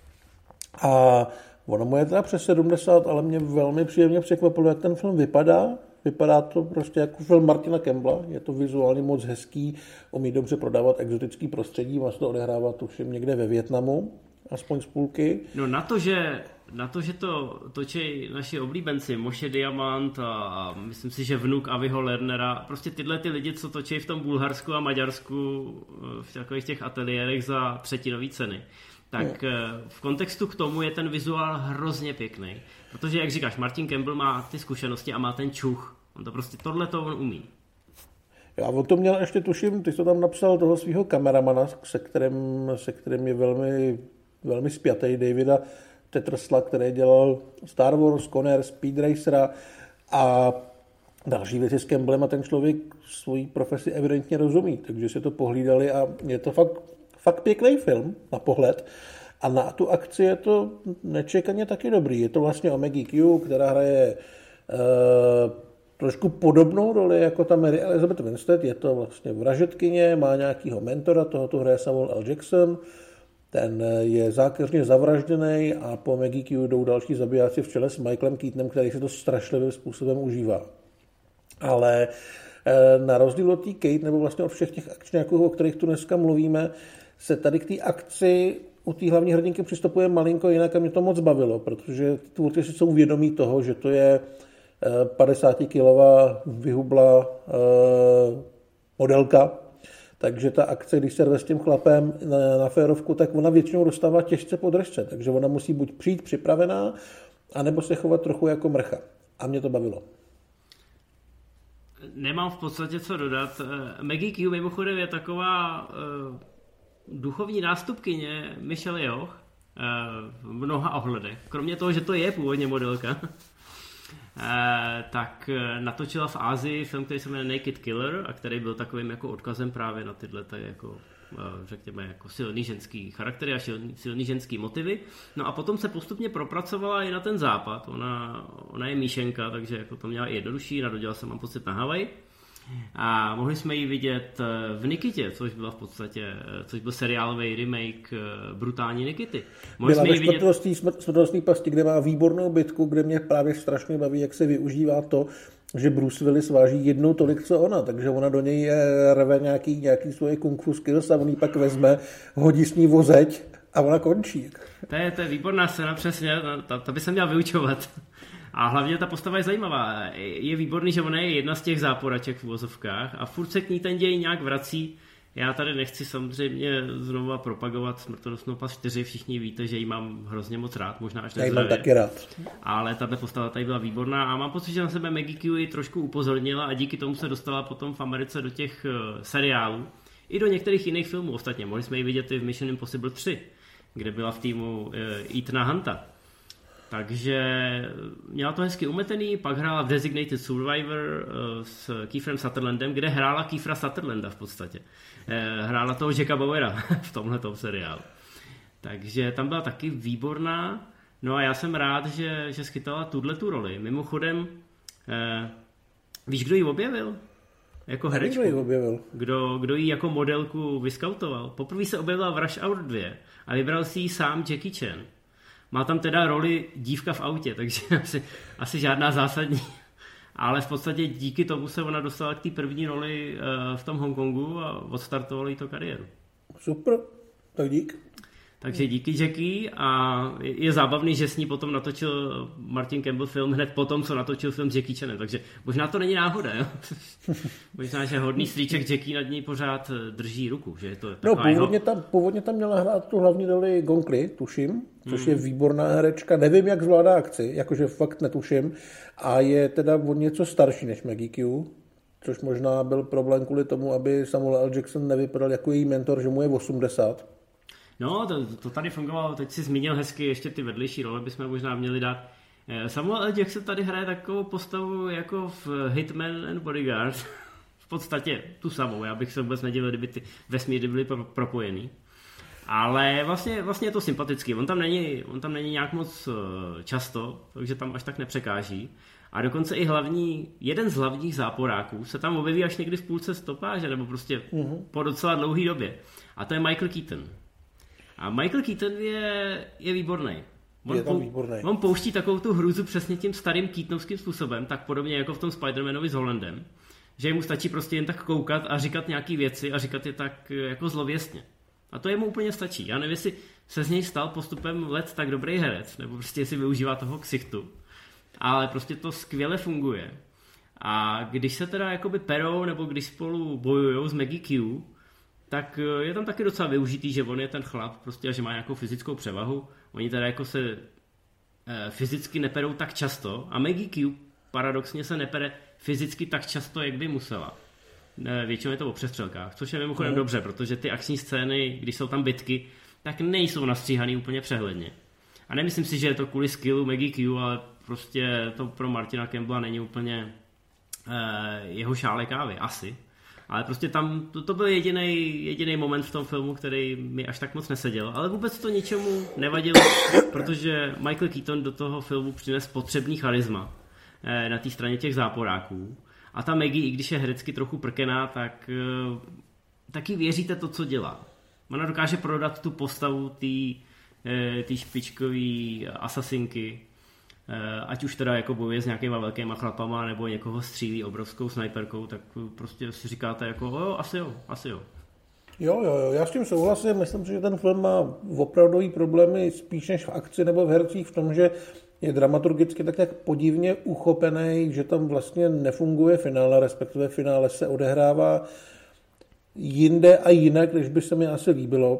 A ono mu je teda přes sedmdesát, ale mě velmi příjemně překvapilo, jak ten film vypadá. Vypadá to prostě jako film Martina Campbella, je to vizuálně moc hezký, umí dobře prodávat exotický prostředí, má se to odehrává tuším někde ve Vietnamu, aspoň z půlky. No na to, že, na to, že to točí naši oblíbenci, Moshe Diamant a, a myslím si, že vnuk Aviho Lernera, prostě tyhle ty lidi, co točí v tom Bulharsku a Maďarsku v takových těch ateliérech za třetinový ceny, tak no. V kontextu k tomu je ten vizuál hrozně pěkný. Protože, jak říkáš, Martin Campbell má ty zkušenosti a má ten čuch. On to prostě tohle to on umí. Já o tom měl ještě tuším, ty jsi to tam napsal toho svého kameramana, se kterým, se kterým je velmi, velmi spjatý, Davida Tettersla, který dělal Star Wars, Conner, Speed Racera a další věci s Campbellem a ten člověk svojí profesi evidentně rozumí, takže si to pohlídali a je to fakt, fakt pěkný film na pohled. A na tu akci je to nečekaně taky dobrý. Je to vlastně o Maggie Q, která hraje uh, trošku podobnou roli jako ta Mary Elizabeth Winstead. Je to vlastně vražedkyně, má nějakýho mentora, tohoto hraje Samuel L. Jackson. Ten je zákeřně zavražděný a po Maggie Q jdou další zabijáci v čele s Michaelem Keatonem, který se to strašlivým způsobem užívá. Ale uh, na rozdíl od té Kate, nebo vlastně od všech těch akčňáků, o kterých tu dneska mluvíme, se tady k té akci u té hlavní hrdinky přistupuje malinko jinak a mě to moc bavilo, protože tvůrci si jsou vědomí toho, že to je padesátikilová vyhubla modelka, takže ta akce, když se rve s tím chlapem na, na férovku, tak ona většinou dostává těžce po držce, takže ona musí buď přijít připravená, anebo se chovat trochu jako mrcha. A mě to bavilo. Nemám v podstatě co dodat. Maggie Q mimochodem je taková duchovní nástupkyně Michelle Yeoh v mnoha ohledech. Kromě toho, že to je původně modelka, tak natočila v Ázii film, který se jmenuje Naked Killer a který byl takovým jako odkazem právě na tyhle jako, řekněme, jako silný ženský charaktery a silný, silný ženský motivy. No a potom se postupně propracovala i na ten západ. Ona, ona je míšenka, takže jako to měla i jednodušší, narodila se, mám pocit, na Havaji. A mohli jsme ji vidět v Nikitě, což byla v podstatě, což byl seriálový remake brutální Nikity. Mohli byla jsme ve vidět... smrtelnostní pasti, kde má výbornou bitku, kde mě právě strašně baví, jak se využívá to, že Bruce Willis váží jednou tolik, co ona, takže ona do něj rve nějaký, nějaký svoje kung fu skills a on ji pak vezme, hodí s ní vozeď a ona končí. To je, to je výborná scéna, přesně, to, to by se měla vyučovat. A hlavně ta postava je zajímavá. Je výborný, že ona je jedna z těch záporaček v uvozovkách a furt se k ní ten děj nějak vrací. Já tady nechci samozřejmě znovu propagovat Smrtonosnou past čtyři, všichni víte, že ji mám hrozně moc rád, možná až já ji mám taky rád. Ale tato postava tady byla výborná a mám pocit, že na sebe Maggie Q ji trošku upozornila a díky tomu se dostala potom v Americe do těch seriálů i do některých jiných filmů ostatně. Mohli jsme ji vidět i v Mission Impossible tři, kde byla v týmu Ethana Hunta. Takže měla to hezky umetený, pak hrála v Designated Survivor s Kieferem Sutherlandem, kde hrála Kiefera Sutherlanda v podstatě. Hrála toho Jacka Bauera v tomhletom seriálu. Takže tam byla taky výborná. No a já jsem rád, že, že schytala tuhle tu roli. Mimochodem, eh, víš, kdo ji objevil? Jako herečku. Kdo ji objevil? Kdo, kdo ji jako modelku vyskautoval? Poprvé se objevila v Rush Hour dva a vybral si ji sám Jackie Chan. Má tam teda roli dívka v autě, takže asi, asi žádná zásadní. Ale v podstatě díky tomu se ona dostala k té první roli uh, v tom Hongkongu a odstartovalo jí to kariéru. Super, tak dík. Takže díky Jackie a je, je zábavný, že s ní potom natočil Martin Campbell film hned potom, co natočil film s Jackie Chanem, takže možná to není náhoda, jo? Možná, že hodný strýček Jackie nad ní pořád drží ruku, že je to no, původně tam, původně tam měla hrát tu hlavní roli Gong Li, tuším, což hmm. je výborná herečka, nevím, jak zvládá akci, jakože fakt netuším, a je teda o něco starší než Maggie Q, což možná byl problém kvůli tomu, aby Samuel L. Jackson nevypadal jako její mentor, že mu je osmdesát. No, to, to tady fungovalo, teď si zmínil hezky, ještě ty vedlejší role bychom možná měli dát. Samuel L. Jackson tady hraje takovou postavu jako v Hitman and Bodyguard, v podstatě tu samou, já bych se vůbec nedivil, kdyby ty vesmíry byly propojený. Ale vlastně, vlastně je to sympatický, on tam, není, on tam není nějak moc často, takže tam až tak nepřekáží. A dokonce i hlavní, jeden z hlavních záporáků se tam objeví až někdy v půlce stopáže, nebo prostě mm-hmm. po docela dlouhé době. A to je Michael Keaton. A Michael Keaton je, je výborný. On, je tam výborný. On pouští takovou tu hrůzu přesně tím starým Keatonovským způsobem, tak podobně jako v tom Spider-Manovi s Hollandem, že mu stačí prostě jen tak koukat a říkat nějaký věci a říkat je tak jako zlověstně. A to jemu úplně stačí. Já nevím, jestli se z něj stal postupem let tak dobrý herec, nebo prostě jestli využívá toho ksichtu. Ale prostě to skvěle funguje. A když se teda jakoby perou, nebo když spolu bojujou s Maggie Q, tak je tam taky docela využitý, že on je ten chlap prostě a že má nějakou fyzickou převahu. Oni teda jako se e, fyzicky neperou tak často a Maggie Q paradoxně se nepere fyzicky tak často, jak by musela. E, většinou je to o přestřelkách, což je mimochodem no. dobře, protože ty akční scény, když jsou tam bitky, tak nejsou nastříhaný úplně přehledně. A nemyslím si, že je to kvůli skillu Maggie Q, ale prostě to pro Martina Campbella není úplně e, jeho šálek kávy, asi. Ale prostě tam, to, to byl jediný jediný moment v tom filmu, který mi až tak moc neseděl. Ale vůbec to ničemu nevadilo, protože Michael Keaton do toho filmu přines potřebný charisma eh, na té straně těch záporáků. A ta Maggie, i když je herecky trochu prkená, tak eh, taky věříte to, co dělá. Ona dokáže prodat tu postavu té eh, špičkové asasinky, ať už teda jako bojuje s nějakýma velkýma chlapama nebo někoho střílí obrovskou snajperkou, tak prostě si říkáte jako jo, asi jo, asi jo. Jo, jo, jo, já s tím souhlasím, myslím si, že ten film má opravdový problémy spíš než v akci nebo v hercích v tom, že je dramaturgicky tak nějak podivně uchopený, že tam vlastně nefunguje finále, respektive finále se odehrává jinde a jinak, než by se mi asi líbilo.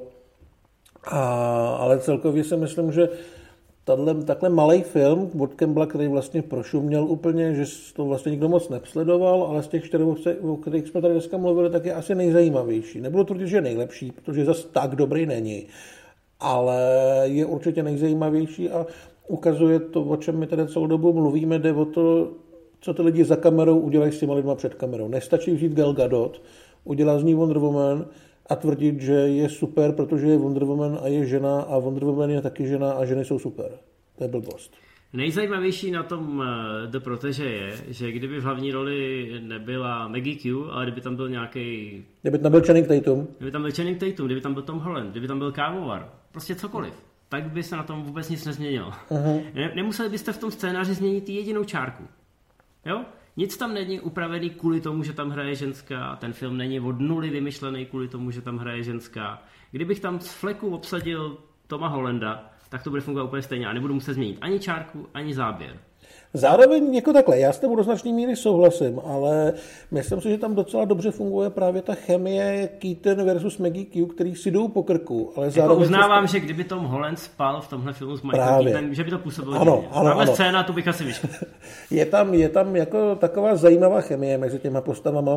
A, ale celkově si myslím, že Tadle, takhle malej film od Campbella, který vlastně prošuměl úplně, že to vlastně nikdo moc nepsledoval, ale z těch čtyř, o kterých jsme tady dneska mluvili, tak je asi nejzajímavější. Nebudu tvrdit, že je nejlepší, protože zas tak dobrý není, ale je určitě nejzajímavější a ukazuje to, o čem my tady celou dobu mluvíme, jde o to, co ty lidi za kamerou udělají s těma lidma před kamerou. Nestačí vzít Gal Gadot, udělá z ní Wonder Woman a tvrdit, že je super, protože je Wonder Woman a je žena a Wonder Woman je taky žena a ženy jsou super. To je blbost. Nejzajímavější na tom The Protege je, že kdyby v hlavní roli nebyla Maggie Q, ale kdyby tam byl nějaký... Kdyby tam byl Channing Tatum. Kdyby tam byl Channing Tatum, kdyby tam byl Tom Holland, kdyby tam byl kávovar, prostě cokoliv, tak by se na tom vůbec nic nezměnilo. Uh-huh. Ne, nemuseli byste v tom scénáři změnit jedinou čárku. Jo? Nic tam není upravený kvůli tomu, že tam hraje ženská, ten film není od nuly vymyšlený kvůli tomu, že tam hraje ženská. Kdybych tam z fleku obsadil Toma Hollanda, tak to bude fungovat úplně stejně a nebudu muset změnit ani čárku, ani záběr. Zároveň jako takhle, já s tebou do značné míry souhlasím, ale myslím si, že tam docela dobře funguje právě ta chemie Keaton versus Maggie Q, který si jdou po krku. Ale zároveň jako uznávám, že kdyby Tom Holland spal v tomhle filmu s Michael Keatonem, že by to působilo ano, divně. Ano, Tahle ano. scéna, tu bych asi vyšel. je, tam, je tam jako taková zajímavá chemie mezi těma postavama,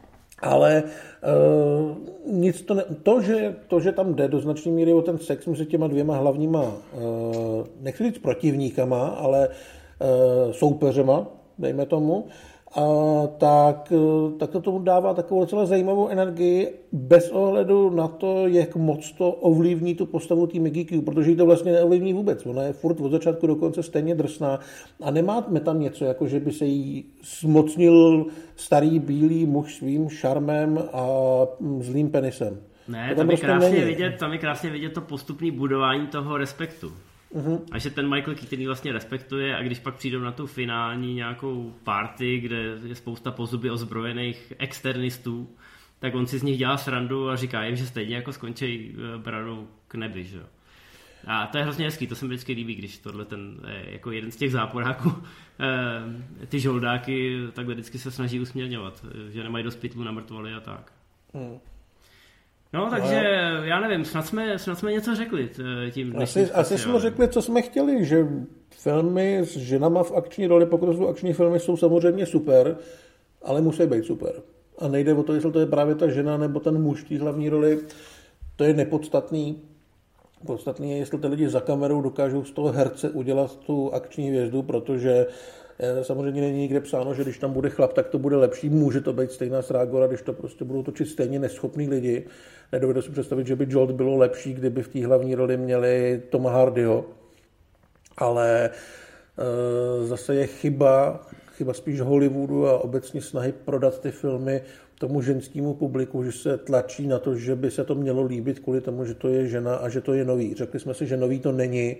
ale uh, nic to, ne, to, že, to, že tam jde do značné míry o ten sex mezi těma dvěma hlavníma, uh, nechci říct protivníkama, ale uh, soupeřema, dejme tomu, a tak, tak to tomu dává takovou docela zajímavou energii bez ohledu na to, jak moc to ovlivní tu postavu té Maggie Q, protože jí to vlastně neovlivní vůbec. Ona je furt od začátku do konce stejně drsná a nemáme tam něco, jako že by se jí zmocnil starý bílý muž svým šarmem a zlým penisem. Ne, tam, tam, je prostě krásně vidět, tam je krásně vidět to postupné budování toho respektu. Uhum. A že ten Michael Keaton vlastně respektuje a když pak přijdou na tu finální nějakou party, kde je spousta po zuby ozbrojených externistů, tak on si z nich dělá srandu a říká jim, že stejně jako skončí branou k nebi, že? A to je hrozně hezký, to se mi vždycky líbí, když tohle ten, jako jeden z těch záporáků, ty žoldáky takhle vždycky se snaží usměrňovat, že nemají dost pytlů na mrtvoly a tak. Hmm. No, takže no, já nevím, snad jsme, snad jsme něco řekli tím Asi, asi jsme řekli, co jsme chtěli, že filmy s ženama v akční roli, pokud jsou akční filmy, jsou samozřejmě super, ale musí být super. A nejde o to, jestli to je právě ta žena nebo ten muž v té hlavní roli, to je nepodstatný. Podstatný je, jestli ty lidi za kamerou dokážou z toho herce udělat tu akční hvězdu, protože samozřejmě není nikde psáno, že když tam bude chlap, tak to bude lepší. Může to být stejná srágora, když to prostě budou točit stejně neschopný lidi. Nedovedu si představit, že by Jolt bylo lepší, kdyby v té hlavní roli měli Toma Hardyho. Ale e, zase je chyba, chyba spíš Hollywoodu a obecně snahy prodat ty filmy tomu ženskému publiku, že se tlačí na to, že by se to mělo líbit kvůli tomu, že to je žena a že to je nový. Řekli jsme si, že nový to není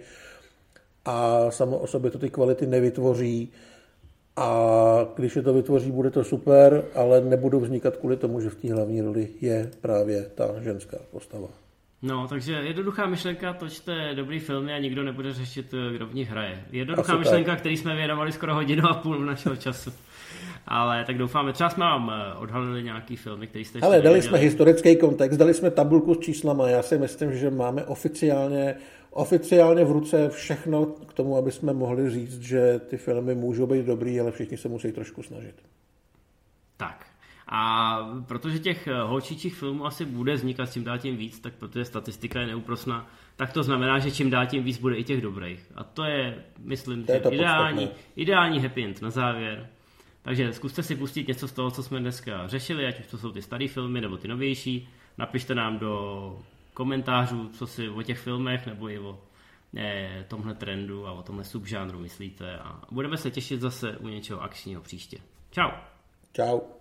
a samo o sobě to ty kvality nevytvoří a když je to vytvoří, bude to super, ale nebudou vznikat kvůli tomu, že v té hlavní roli je právě ta ženská postava. No, takže jednoduchá myšlenka, točte dobrý filmy a nikdo nebude řešit, kdo v nich hraje. Jednoduchá Asi myšlenka, tak. Který jsme věnovali skoro hodinu a půl našeho času. Ale tak doufáme, třeba jsme vám odhalili nějaký filmy, který jste ještě Ale dali jsme historický kontext, dali jsme tabulku s číslama, já si myslím, že máme oficiálně oficiálně v ruce všechno k tomu, aby jsme mohli říct, že ty filmy můžou být dobrý, ale všichni se musí trošku snažit. Tak. A protože těch holčičích filmů asi bude vznikat čím dál tím víc, tak protože statistika je neúprosná, tak to znamená, že čím dál tím víc bude i těch dobrých. A to je, myslím, to je že ideální, ideální happy end na závěr. Takže zkuste si pustit něco z toho, co jsme dneska řešili, ať už to jsou ty staré filmy nebo ty novější. Napište nám do komentářů, co si o těch filmech nebo i o eh, tomhle trendu a o tomhle subžánru myslíte. A budeme se těšit zase u něčeho akčního příště. Čau. Čau.